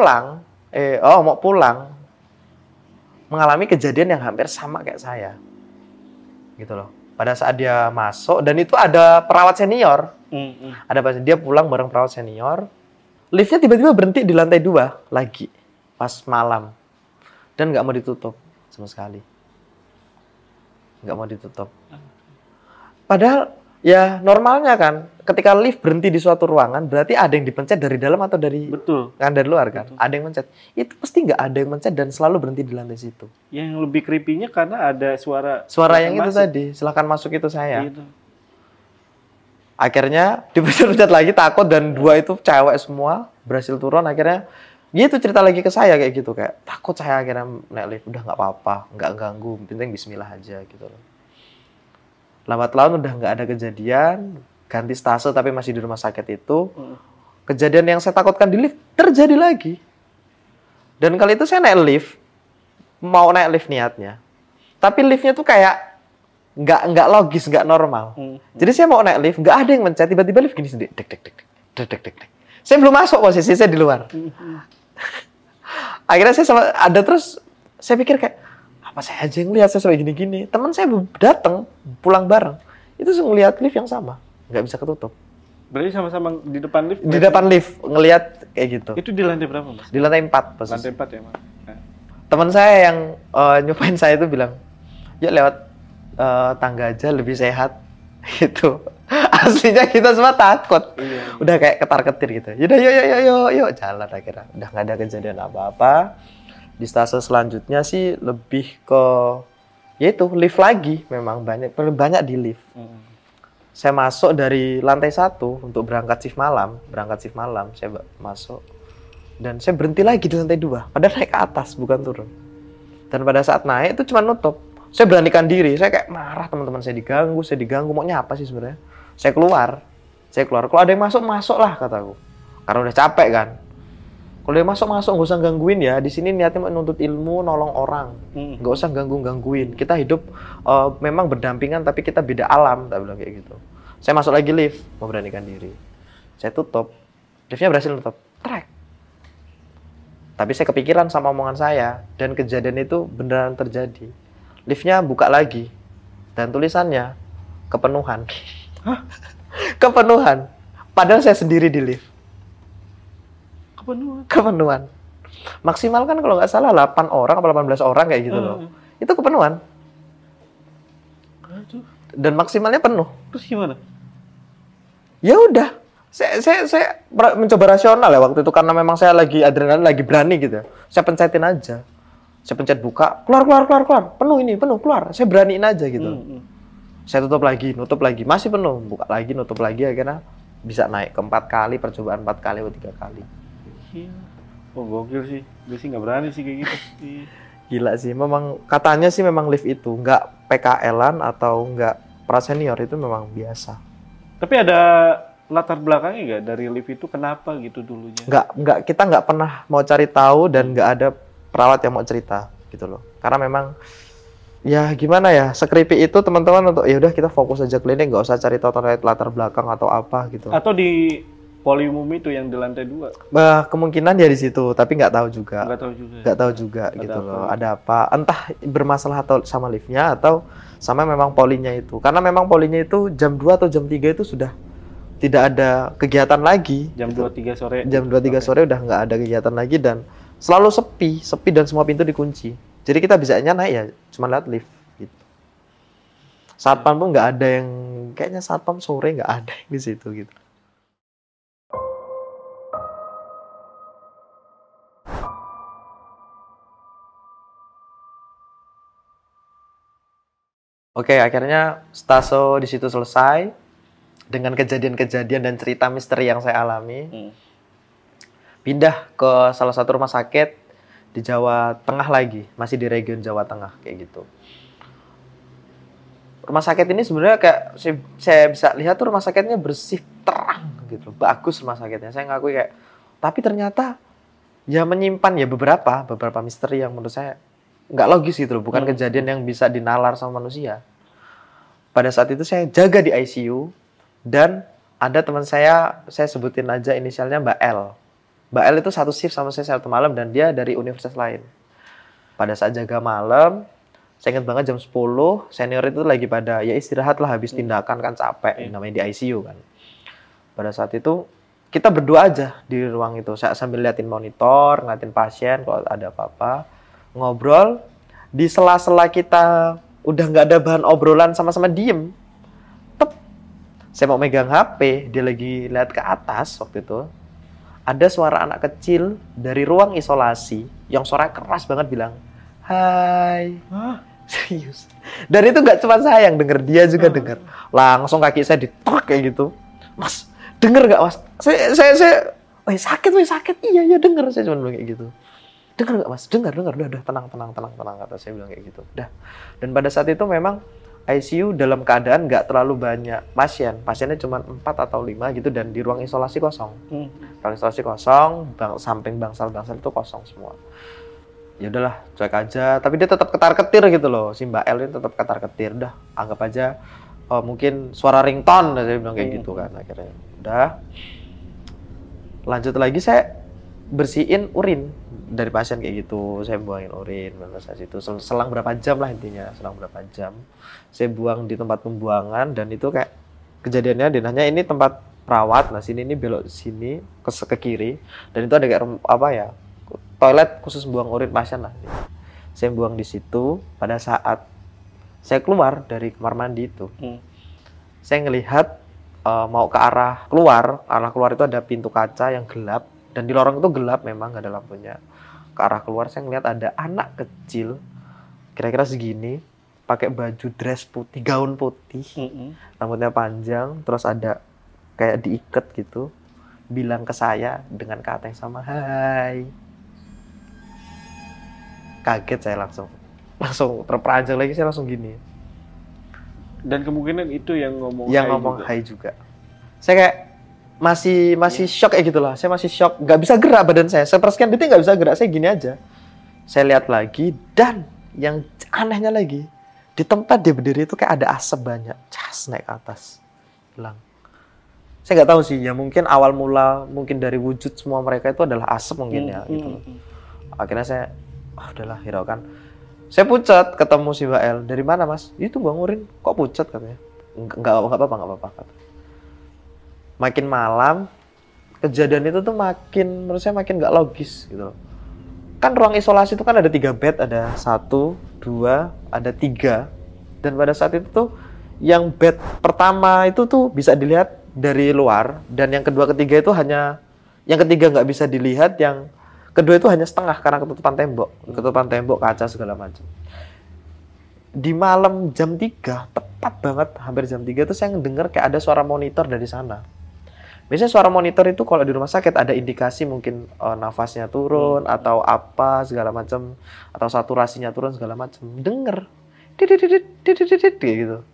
mau pulang, mengalami kejadian yang hampir sama kayak saya, gitu loh. Pada saat dia masuk, dan itu ada perawat senior, dia pulang bareng perawat senior. Liftnya tiba-tiba berhenti di lantai 2 lagi pas malam, dan nggak mau ditutup sama sekali, nggak mau ditutup. Padahal ya normalnya kan, ketika lift berhenti di suatu ruangan, berarti ada yang dipencet dari dalam atau dari dari luar kan? Betul. Ada yang mencet. Itu pasti nggak ada yang mencet dan selalu berhenti di lantai situ. Yang lebih creepy-nya karena ada suara yang itu tadi, silakan masuk, itu saya. Gitu. Akhirnya dipencet lagi, takut, dan 2 itu cewek semua, berhasil turun. Akhirnya gitu cerita lagi ke saya kayak gitu, kayak takut saya akhirnya naik lift. Udah nggak apa-apa, nggak ganggu, penting bismillah aja gitu loh. Lambat laun udah nggak ada kejadian, ganti stase tapi masih di rumah sakit itu. Kejadian yang saya takutkan di lift terjadi lagi. Dan kali itu saya mau naik lift niatnya, tapi liftnya tuh kayak nggak logis, nggak normal. Jadi saya mau naik lift, nggak ada yang mencet, tiba-tiba lift gini sendiri, dek. Saya belum masuk, posisi saya di luar. Akhirnya saya pikir kayak, apa saya aja yang lihat, saya sampai gini-gini. Teman saya datang, pulang bareng, itu ngelihat lift yang sama, nggak bisa ketutup. Berarti sama-sama di depan lift? Di depan lift, ngelihat kayak gitu. Itu di lantai berapa, Mas? Di lantai 4. Posisi. Lantai 4 ya, Mas? Teman saya yang nyumpain saya itu bilang, yuk lewat tangga aja lebih sehat gitu. Aslinya kita semua takut. Iya. Udah kayak ketar-ketir gitu. Yaudah yuk jalan. Akhirnya udah nggak ada kejadian apa-apa. Di stase selanjutnya sih lebih ke yaitu lift lagi, memang banyak di lift. Saya masuk dari lantai 1 untuk berangkat shift malam saya masuk, dan saya berhenti lagi di lantai 2, padahal naik ke atas bukan turun. Dan pada saat naik itu cuma nutup. Saya beranikan diri, saya kayak marah, teman-teman saya diganggu, maunya apa sih sebenarnya? Saya keluar. Kalau ada yang masuklah kataku. Karena udah capek kan. Kalau dia masuk, nggak usah gangguin ya. Di sini niatnya menuntut ilmu, nolong orang. Nggak usah gangguin. Kita hidup memang berdampingan, tapi kita beda alam, tak bilang kayak gitu. Saya masuk lagi lift, mau beranikan diri. Saya tutup. Liftnya berhasil nutup. Trek. Tapi saya kepikiran sama omongan saya, dan kejadian itu beneran terjadi. Liftnya buka lagi, dan tulisannya kepenuhan. Hah? Kepenuhan. Padahal saya sendiri di lift. Kepenuhan. Maksimal kan kalau nggak salah 8 orang atau 18 orang kayak gitu loh. Itu kepenuhan. Aduh. Dan maksimalnya penuh. Terus gimana? Ya udah. Saya mencoba rasional ya waktu itu, karena memang saya lagi adrenalin, lagi berani gitu. Saya pencetin aja. Saya pencet buka, keluar. Penuh, keluar. Saya beraniin aja gitu. Saya tutup lagi, masih penuh. Buka lagi, nutup lagi, akhirnya bisa naik ke 4 kali, percobaan 4 kali atau 3 kali. Iya. Oh gokil sih. Gue sih nggak berani sih kayak gitu. Gila sih, memang katanya sih memang lift itu nggak PKL-an atau nggak prasenior, itu memang biasa. Tapi ada latar belakangnya nggak dari lift itu kenapa gitu dulunya? Nggak, kita nggak pernah mau cari tahu dan nggak ada perawat yang mau cerita gitu loh. Karena memang ya gimana ya, sekripi itu teman-teman untuk ya udah kita fokus aja klinik, nggak usah cari tahu terkait latar belakang atau apa gitu. Atau di poliumum itu yang di lantai 2? Kemungkinan ya di situ, tapi nggak tahu juga. Nggak tahu juga Ada gitu apa? loh. Ada apa? Entah bermasalah atau sama liftnya atau sama memang polinya itu. Karena memang polinya itu jam 2 atau jam 3 itu sudah tidak ada kegiatan lagi. Jam 2-3 sore. Jam 2-3 sore udah nggak ada kegiatan lagi dan selalu sepi dan semua pintu dikunci. Jadi kita bisanya naik ya cuma lihat lift gitu. Satpam pun nggak ada yang, kayaknya satpam sore nggak ada yang di situ gitu. Oke, akhirnya Staso di situ selesai dengan kejadian-kejadian dan cerita misteri yang saya alami. Pindah ke salah satu rumah sakit di Jawa Tengah lagi, masih di region Jawa Tengah kayak gitu. Rumah sakit ini sebenarnya kayak saya bisa lihat tuh rumah sakitnya bersih, terang gitu, bagus rumah sakitnya. Saya ngakui kayak, tapi ternyata ya menyimpan ya beberapa misteri yang menurut saya nggak logis gitu loh, bukan kejadian yang bisa dinalar sama manusia. Pada saat itu saya jaga di ICU dan ada teman saya sebutin aja inisialnya Mbak L. Mbak L itu satu shift sama saya satu malam dan dia dari universitas lain. Pada saat jaga malam, saya ingat banget jam 10, senior itu lagi pada ya istirahat lah habis tindakan kan capek, namanya di ICU kan. Pada saat itu kita berdua aja di ruang itu, saya sambil liatin monitor, ngeliatin pasien kalau ada apa-apa, ngobrol. Di sela-sela kita udah nggak ada bahan obrolan, sama-sama diem. Saya mau megang HP, dia lagi lihat ke atas waktu itu. Ada suara anak kecil dari ruang isolasi yang suaranya keras banget bilang, "Hai." Hah? Serius. Dan itu nggak cuma saya yang denger, dia juga denger. Langsung kaki saya ditek kayak gitu. "Mas, denger nggak mas?" Saya, sakit. Iya denger, saya cuma bilang kayak gitu. "Dengar nggak mas?" Dengar, udah tenang, kata saya bilang kayak gitu. Udah. Dan pada saat itu memang ICU dalam keadaan nggak terlalu banyak pasiennya cuma 4 atau 5 gitu, dan di ruang isolasi kosong. Ruang isolasi kosong, samping bangsal itu kosong semua. Ya udahlah, cuek aja. Tapi dia tetap ketar-ketir gitu loh, si Mbak L ini tetap ketar-ketir. Udah, anggap aja mungkin suara ringtone, saya bilang kayak gitu kan. Akhirnya udah. Lanjut lagi, saya bersihin urin dari pasien kayak gitu. Saya buangin urin pada saat itu. Selang berapa jam lah intinya, saya buang di tempat pembuangan. Dan itu kayak kejadiannya dinanya ini tempat perawat. Nah sini ini belok sini ke kiri, dan itu ada kayak toilet khusus buang urin pasien lah. Saya buang di situ. Pada saat saya keluar dari kamar mandi itu, saya ngelihat mau ke arah keluar itu ada pintu kaca yang gelap. Dan di lorong itu gelap, memang nggak ada lampunya. Ke arah keluar saya ngeliat ada anak kecil, kira-kira segini, pakai baju dress putih, gaun putih, rambutnya panjang, terus ada kayak diikat gitu, bilang ke saya dengan kata yang sama, "Hai." Kaget saya langsung terperanjat lagi, saya langsung gini. Dan kemungkinan itu yang ngomong hai juga. Saya kayak masih shock kayak gitulah. Saya masih shock, nggak bisa gerak badan saya. Sepersekian detik nggak bisa gerak, saya gini aja. Saya lihat lagi, dan yang anehnya lagi, di tempat dia berdiri itu kayak ada asap banyak, naik ke atas, hilang. Saya nggak tahu sih, ya mungkin awal mula mungkin dari wujud semua mereka itu adalah asap mungkin ya gitu. Akhirnya saya, udahlah hiraukan. Saya pucat, ketemu si Mbak L. Dari mana mas? Itu bangunin, kok pucat katanya? Enggak apa-apa. Kata. Makin malam, kejadian itu tuh menurut saya makin nggak logis gitu loh. Kan ruang isolasi itu kan ada 3 bed, ada 1, 2, ada 3. Dan pada saat itu tuh, yang bed pertama itu tuh bisa dilihat dari luar, dan yang kedua ketiga itu yang ketiga nggak bisa dilihat, yang kedua itu hanya setengah karena ketutupan tembok, kaca segala macam. Di malam jam 3, tepat banget hampir jam 3 tuh saya ngedenger kayak ada suara monitor dari sana. Biasanya suara monitor itu kalau di rumah sakit ada indikasi mungkin nafasnya turun atau apa segala macam, atau saturasinya turun segala macam. Denger kayak gitu.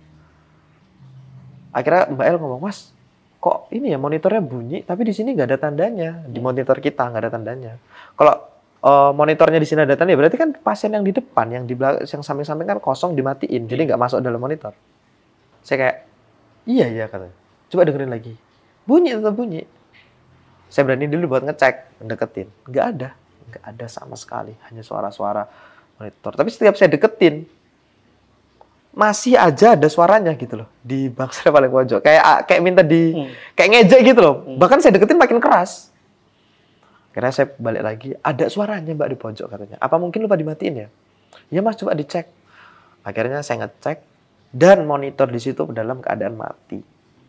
Akhirnya Mbak El ngomong, mas, kok ini ya monitornya bunyi, tapi di sini nggak ada tandanya. Di monitor kita nggak ada tandanya. Kalau monitornya di sini ada tanda, berarti kan pasien yang di depan, yang di belakang, yang samping-samping kan kosong dimatiin, jadi nggak masuk dalam monitor. Saya kayak, iya katanya. Coba dengerin lagi. Tetap bunyi. Saya berani dulu buat ngecek, deketin. Nggak ada sama sekali, hanya suara-suara monitor. Tapi setiap saya deketin, masih aja ada suaranya gitu loh di bangsanya paling pojok, kayak minta kayak ngejek gitu loh. Bahkan saya deketin makin keras. Akhirnya saya balik lagi, ada suaranya mbak di pojok katanya. Apa mungkin lupa dimatiin ya? Ya mas, coba dicek. Akhirnya saya ngecek dan monitor di situ dalam keadaan mati,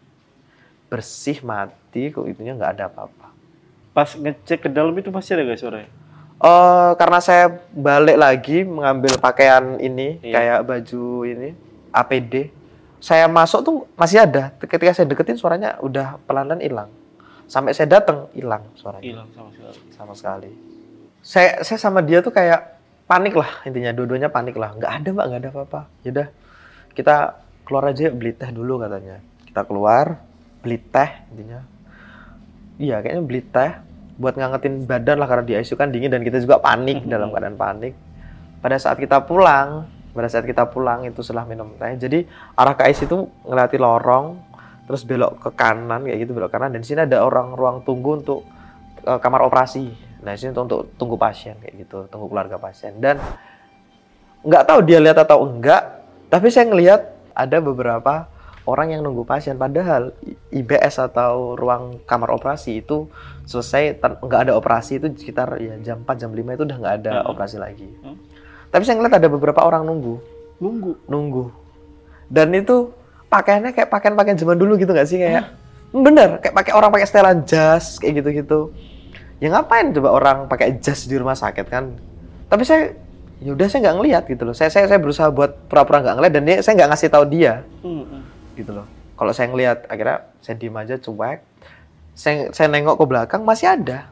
bersih mati, kok itunya nggak ada apa-apa. Pas ngecek ke dalam itu masih ada nggak suaranya? Karena saya balik lagi mengambil pakaian ini, kayak baju ini, APD. Saya masuk tuh masih ada. Ketika saya deketin suaranya udah pelan-pelan hilang. Sampai saya datang hilang suaranya. Hilang sama sekali. Saya sama dia tuh kayak panik lah intinya. Dua-duanya panik lah. Nggak ada mbak, nggak ada apa-apa. Yaudah, kita keluar aja beli teh dulu katanya. Kita keluar, beli teh intinya. Iya kayaknya beli teh. Buat ngangetin badan lah karena di ICU kan dingin dan kita juga panik, dalam keadaan panik. Pada saat kita pulang itu setelah minum teh, jadi arah ke ICU itu ngelihati lorong, terus belok ke kanan kayak gitu, belok kanan, dan di sini ada ruang tunggu untuk kamar operasi. Nah, di sini untuk tunggu pasien kayak gitu, tunggu keluarga pasien. Dan nggak tahu dia lihat atau enggak, tapi saya ngelihat ada beberapa orang yang nunggu pasien, padahal IBS atau ruang kamar operasi itu selesai, nggak ada operasi itu sekitar ya jam 4, jam 5 itu udah nggak ada operasi lagi. Tapi saya ngeliat ada beberapa orang nunggu. Dan itu pakaiannya kayak pakaian zaman dulu gitu nggak sih, kayak bener kayak pakai orang pakai setelan jas kayak gitu. Ya ngapain coba orang pakai jas di rumah sakit kan? Tapi saya nggak ngelihat gitu loh. Saya berusaha buat pura-pura nggak ngelihat, dan saya nggak ngasih tahu dia. Gitu loh. Kalau saya ngelihat, akhirnya saya diem aja, cuek. Saya nengok ke belakang, masih ada.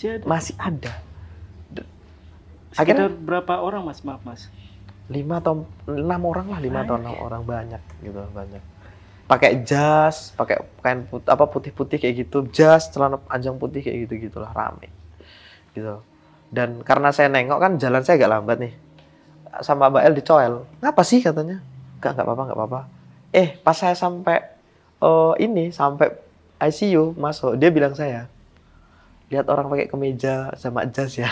Sekitar berapa orang mas? Maaf mas. 5 atau 6 orang lah, 5 atau 6 orang, banyak gitu, banyak. Pakai jas, pakai kain putih-putih kayak gitu, jas, celana panjang putih kayak gitu-gitulah, rame. Gitu. Dan karena saya nengok kan jalan saya agak lambat nih. Sama Mbak El dicoel. Ngapa sih katanya? Enggak apa-apa. Pas saya sampai sampai ICU masuk, dia bilang saya, lihat orang pakai kemeja sama jas ya.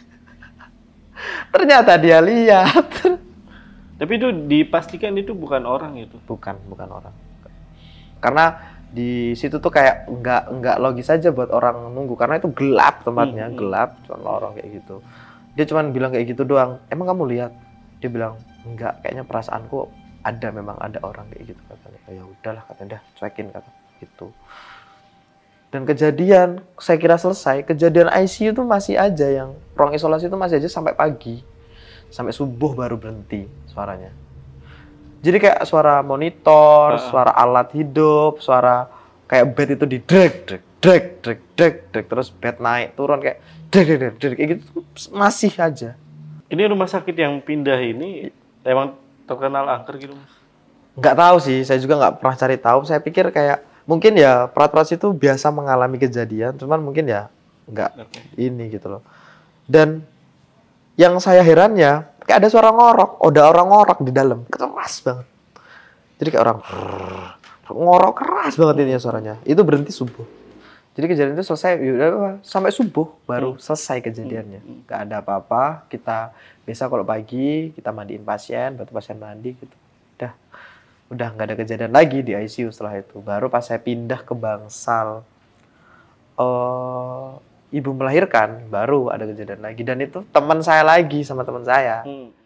Ternyata dia lihat. Tapi itu dipastikan itu bukan orang itu. Bukan orang. Karena di situ tuh kayak nggak logis aja buat orang nunggu, karena itu gelap tempatnya, gelap, cuma lorong kayak gitu. Dia cuma bilang kayak gitu doang. Emang kamu lihat? Dia bilang enggak, kayaknya perasaanku memang ada orang kayak gitu katanya. Ya udahlah katanya, dah cuekin kata gitu. Dan kejadian saya kira selesai, kejadian ICU tuh masih aja, yang ruang isolasi itu masih aja sampai pagi, sampai subuh baru berhenti suaranya. Jadi kayak suara monitor, suara alat hidup, suara kayak bed itu di drag, terus bed naik turun kayak drag kayak gitu masih aja. Ini rumah sakit yang pindah ini emang terkenal angker gitu mas? Nggak tahu sih, saya juga nggak pernah cari tahu. Saya pikir kayak mungkin ya perawat-perawat itu biasa mengalami kejadian, cuman mungkin ya nggak ini gitu loh. Dan yang saya herannya kayak ada suara ngorok, ada orang ngorok di dalam, keras banget. Jadi kayak orang ngorok keras banget ini ya suaranya. Itu berhenti subuh. Jadi kejadian itu selesai, yaudah, sampai subuh baru selesai kejadiannya. Nggak ada apa-apa. Kita biasa kalau pagi kita mandiin pasien, bantu pasien mandi gitu. Udah nggak ada kejadian lagi di ICU setelah itu. Baru pas saya pindah ke Bangsal, ibu melahirkan, baru ada kejadian lagi. Dan itu teman saya lagi sama teman saya.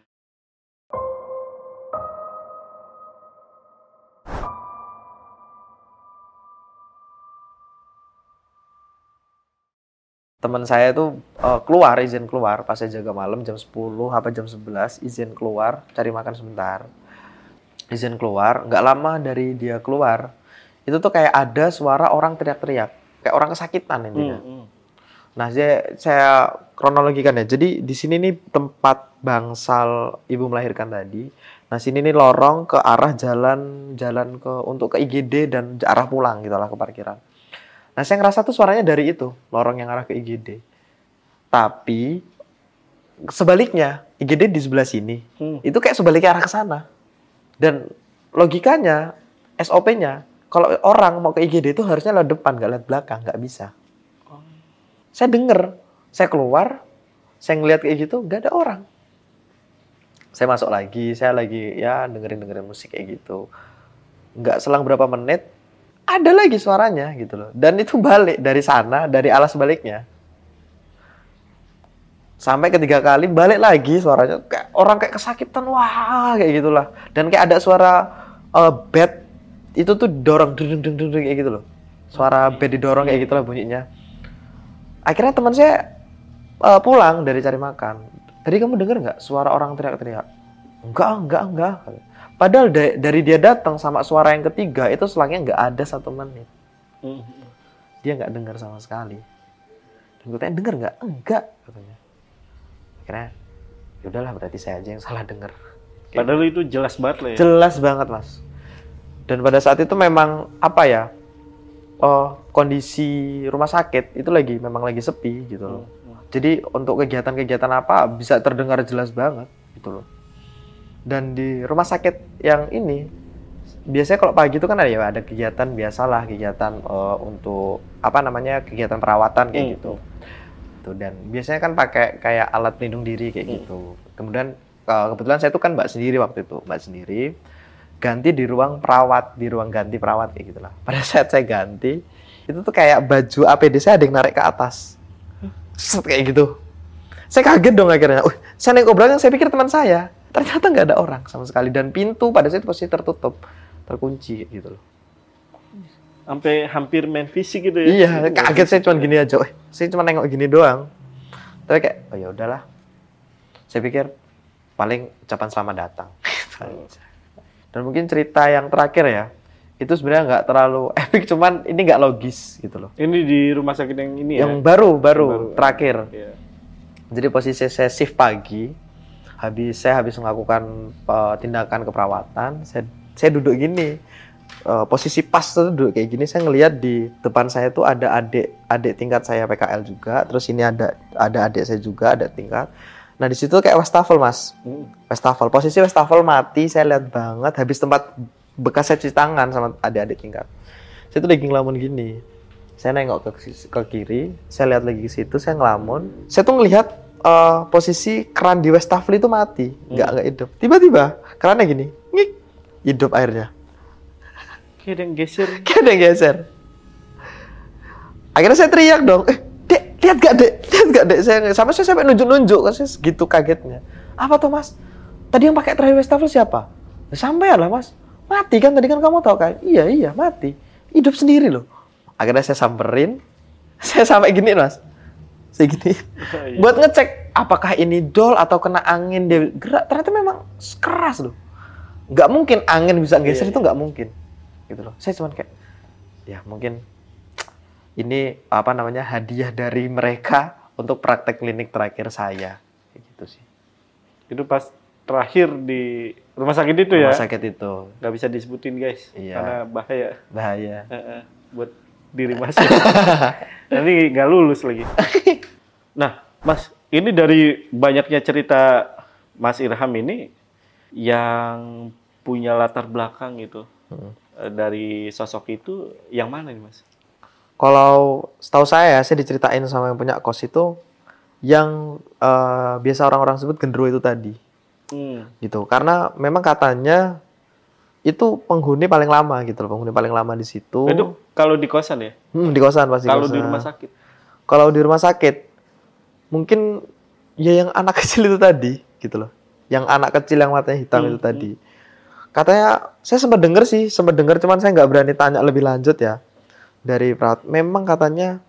Teman saya itu izin keluar pas saya jaga malam jam 10 apa jam 11, izin keluar cari makan sebentar. Izin keluar, nggak lama dari dia keluar, itu tuh kayak ada suara orang teriak-teriak, kayak orang kesakitan intinya. Nah, saya kronologikan ya. Jadi di sini nih tempat Bangsal ibu melahirkan tadi. Nah, sini nih lorong ke arah jalan untuk ke IGD dan arah pulang gitu lah ke parkiran. Nah, saya ngerasa tuh suaranya dari itu, lorong yang arah ke IGD. Tapi sebaliknya, IGD di sebelah sini. Itu kayak sebaliknya arah ke sana. Dan logikanya, SOP-nya, kalau orang mau ke IGD itu harusnya lewat depan, nggak lewat belakang, nggak bisa. Saya denger, saya keluar, saya ngeliat kayak gitu, nggak ada orang. Saya masuk lagi, saya lagi ya dengerin musik kayak gitu. Nggak selang berapa menit, ada lagi suaranya gitu loh. Dan itu balik dari sana, dari alas baliknya. Sampai ketiga kali balik lagi suaranya, kayak orang kayak kesakitan, wah kayak gitulah. Dan kayak ada suara bed itu tuh dorong, deng kayak gitu loh. Suara bed didorong kayak gitulah bunyinya. Akhirnya teman saya pulang dari cari makan. Tadi kamu dengar nggak suara orang teriak-teriak? Enggak. Padahal dari dia datang sama suara yang ketiga itu selangnya nggak ada 1 menit. Dia nggak dengar sama sekali. Dan gue tanya, dengar nggak? Enggak, katanya. Akhirnya, yaudahlah berarti saya aja yang salah dengar. Padahal itu jelas banget lah ya. Jelas banget, Mas. Dan pada saat itu memang apa ya? Kondisi rumah sakit itu memang lagi sepi gitu loh. Jadi untuk kegiatan-kegiatan apa bisa terdengar jelas banget gitu loh. Dan di rumah sakit yang ini biasanya kalau pagi itu kan ada kegiatan biasalah, kegiatan untuk kegiatan perawatan kayak gitu. Tuh, dan biasanya kan pakai kayak alat pelindung diri kayak gitu. Kemudian kebetulan saya tuh kan mbak sendiri waktu itu, ganti di ruang ganti perawat kayak gitulah. Pada saat saya ganti, itu tuh kayak baju APD saya ada yang narik ke atas. Kayak gitu. Saya kaget dong akhirnya. Saya nengok ke belakang, saya pikir teman saya. Ternyata nggak ada orang sama sekali. Dan pintu pada saat itu posisi tertutup, terkunci gitu loh. Sampai hampir main fisik gitu ya. Iya, kaget saya cuma gini aja. Saya cuma nengok gini doang. Tapi kayak, ya udahlah. Saya pikir paling ucapan selamat datang. Dan mungkin cerita yang terakhir ya, itu sebenarnya nggak terlalu epic, cuman ini nggak logis gitu loh. Ini di rumah sakit yang ini ya? Yang baru terakhir. Iya. Jadi posisi saya shift pagi, saya habis melakukan tindakan keperawatan, saya duduk gini, posisi pas tuh duduk kayak gini, saya ngelihat di depan saya tuh ada adik tingkat saya PKL juga, terus ini ada adik saya juga ada tingkat. Nah di situ kayak wastafel mas, posisi wastafel mati, saya lihat banget, habis tempat bekas saya cuci tangan sama adik-adik tingkat. Saya tuh lagi ngelamun gini, saya nengok ke kiri, saya lihat lagi ke situ, saya ngelamun, saya tuh ngelihat posisi keran di wastafel itu mati, nggak hidup. Tiba-tiba kerannya gini, ngik, hidup airnya. Kayak ada yang geser. Akhirnya saya teriak dong, Dek, lihat gak dek, saya sampai nunjuk-nunjuk, saya segitu kagetnya. Apa tuh mas? Tadi yang pakai terakhir wastafel siapa? Sampai lah mas, mati kan tadi kan kamu tahu kan? Iya mati, hidup sendiri loh. Akhirnya saya samperin, saya sampai gini mas, saya gini, buat ngecek apakah ini dol atau kena angin dia gerak. Ternyata memang keras loh, nggak mungkin angin bisa geser itu nggak mungkin, gitu loh. Saya cuman kayak, ya mungkin ini hadiah dari mereka untuk praktek klinik terakhir saya, kayak gitu sih. Itu pas terakhir di rumah sakit itu ya? Rumah sakit itu. Nggak bisa disebutin guys, karena bahaya. Buat diri mas. Nanti nggak lulus lagi. Nah, mas, ini dari banyaknya cerita Mas Irham ini yang punya latar belakang gitu, dari sosok itu yang mana nih mas? Kalau setahu saya diceritain sama yang punya kos itu yang biasa orang-orang sebut gendro itu tadi. Gitu. Karena memang katanya itu penghuni paling lama gitu loh, penghuni paling lama di situ. Itu kalau di kosan ya? Di kosan pasti. Kalau kosan. di rumah sakit? Kalau di rumah sakit mungkin ya yang anak kecil itu tadi gitu loh. Yang anak kecil yang matanya hitam itu tadi. Katanya saya sempat dengar cuman saya nggak berani tanya lebih lanjut ya. Dari perawat memang katanya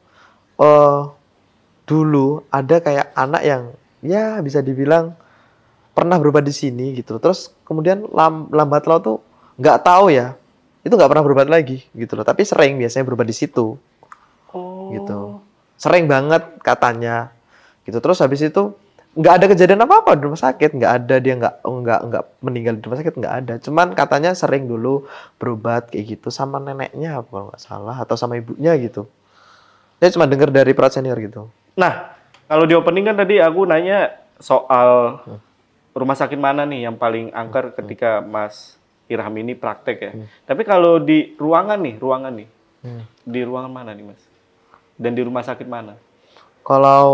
dulu ada kayak anak yang ya bisa dibilang pernah berobat di sini gitu. Terus kemudian lambat laun tuh nggak tahu ya, itu nggak pernah berobat lagi gitu loh. Tapi sering biasanya berobat di situ, gitu. Sering banget katanya, gitu. Terus habis itu nggak ada kejadian apa-apa di rumah sakit, nggak ada dia nggak meninggal di rumah sakit, nggak ada. Cuman katanya sering dulu berobat kayak gitu sama neneknya kalau nggak salah atau sama ibunya gitu. Saya cuma dengar dari perawat senior gitu. Nah, kalau di opening kan tadi aku nanya soal rumah sakit mana nih yang paling angker ketika Mas Irham ini praktek ya. Tapi kalau di ruangan nih, di ruangan mana nih Mas? Dan di rumah sakit mana? Kalau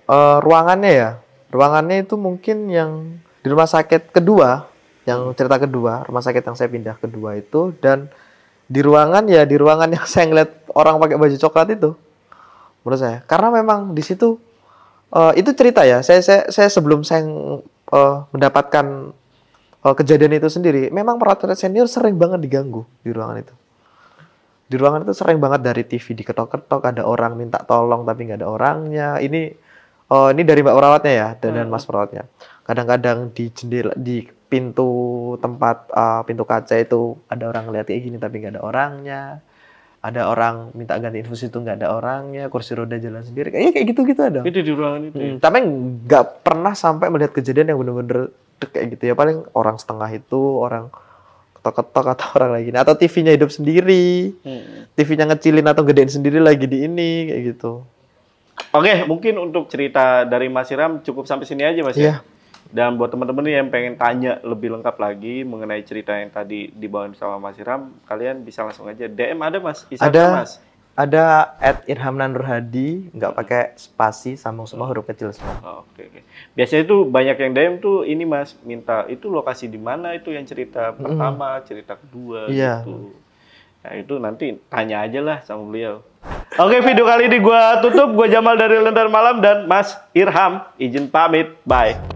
ruangannya itu mungkin yang di rumah sakit kedua, yang cerita kedua, rumah sakit yang saya pindah kedua itu, dan di ruangan yang saya ngeliat orang pakai baju coklat itu, menurut saya, karena memang di situ itu cerita ya, saya sebelum saya mendapatkan kejadian itu sendiri, memang perawat senior sering banget diganggu di ruangan itu. Di ruangan itu sering banget dari TV diketok-ketok, ada orang minta tolong tapi nggak ada orangnya. Ini dari mbak perawatnya ya, dan mas perawatnya. Kadang-kadang di jendela, di pintu tempat pintu kaca itu ada orang ngeliat kayak gini tapi nggak ada orangnya. Ada orang minta ganti infus itu nggak ada orangnya, kursi roda jalan sendiri, kayak gitu-gitu ada. Itu di ruangan itu. Tapi nggak pernah sampai melihat kejadian yang bener-bener kayak gitu ya. Paling orang setengah itu, orang ketok-ketok atau orang lagi, atau TV-nya hidup sendiri, TV-nya ngecilin atau gedein sendiri lagi di ini kayak gitu. Oke, mungkin untuk cerita dari Mas Irham cukup sampai sini aja Mas ya. Dan buat teman-teman yang pengen tanya lebih lengkap lagi mengenai cerita yang tadi dibawain sama Mas Irham, kalian bisa langsung aja DM ada Mas, Instagram Mas. Ada @irhamnanurhadi, nggak pakai spasi, sambung semua huruf kecil semua. Oke. Biasanya itu banyak yang DM tuh ini Mas, minta itu lokasi di mana itu yang cerita pertama, cerita kedua gitu. Nah itu nanti tanya aja lah sama beliau. Oke, video kali ini gue tutup. Gue Jamal dari Lentera Malam dan Mas Irham izin pamit. Bye.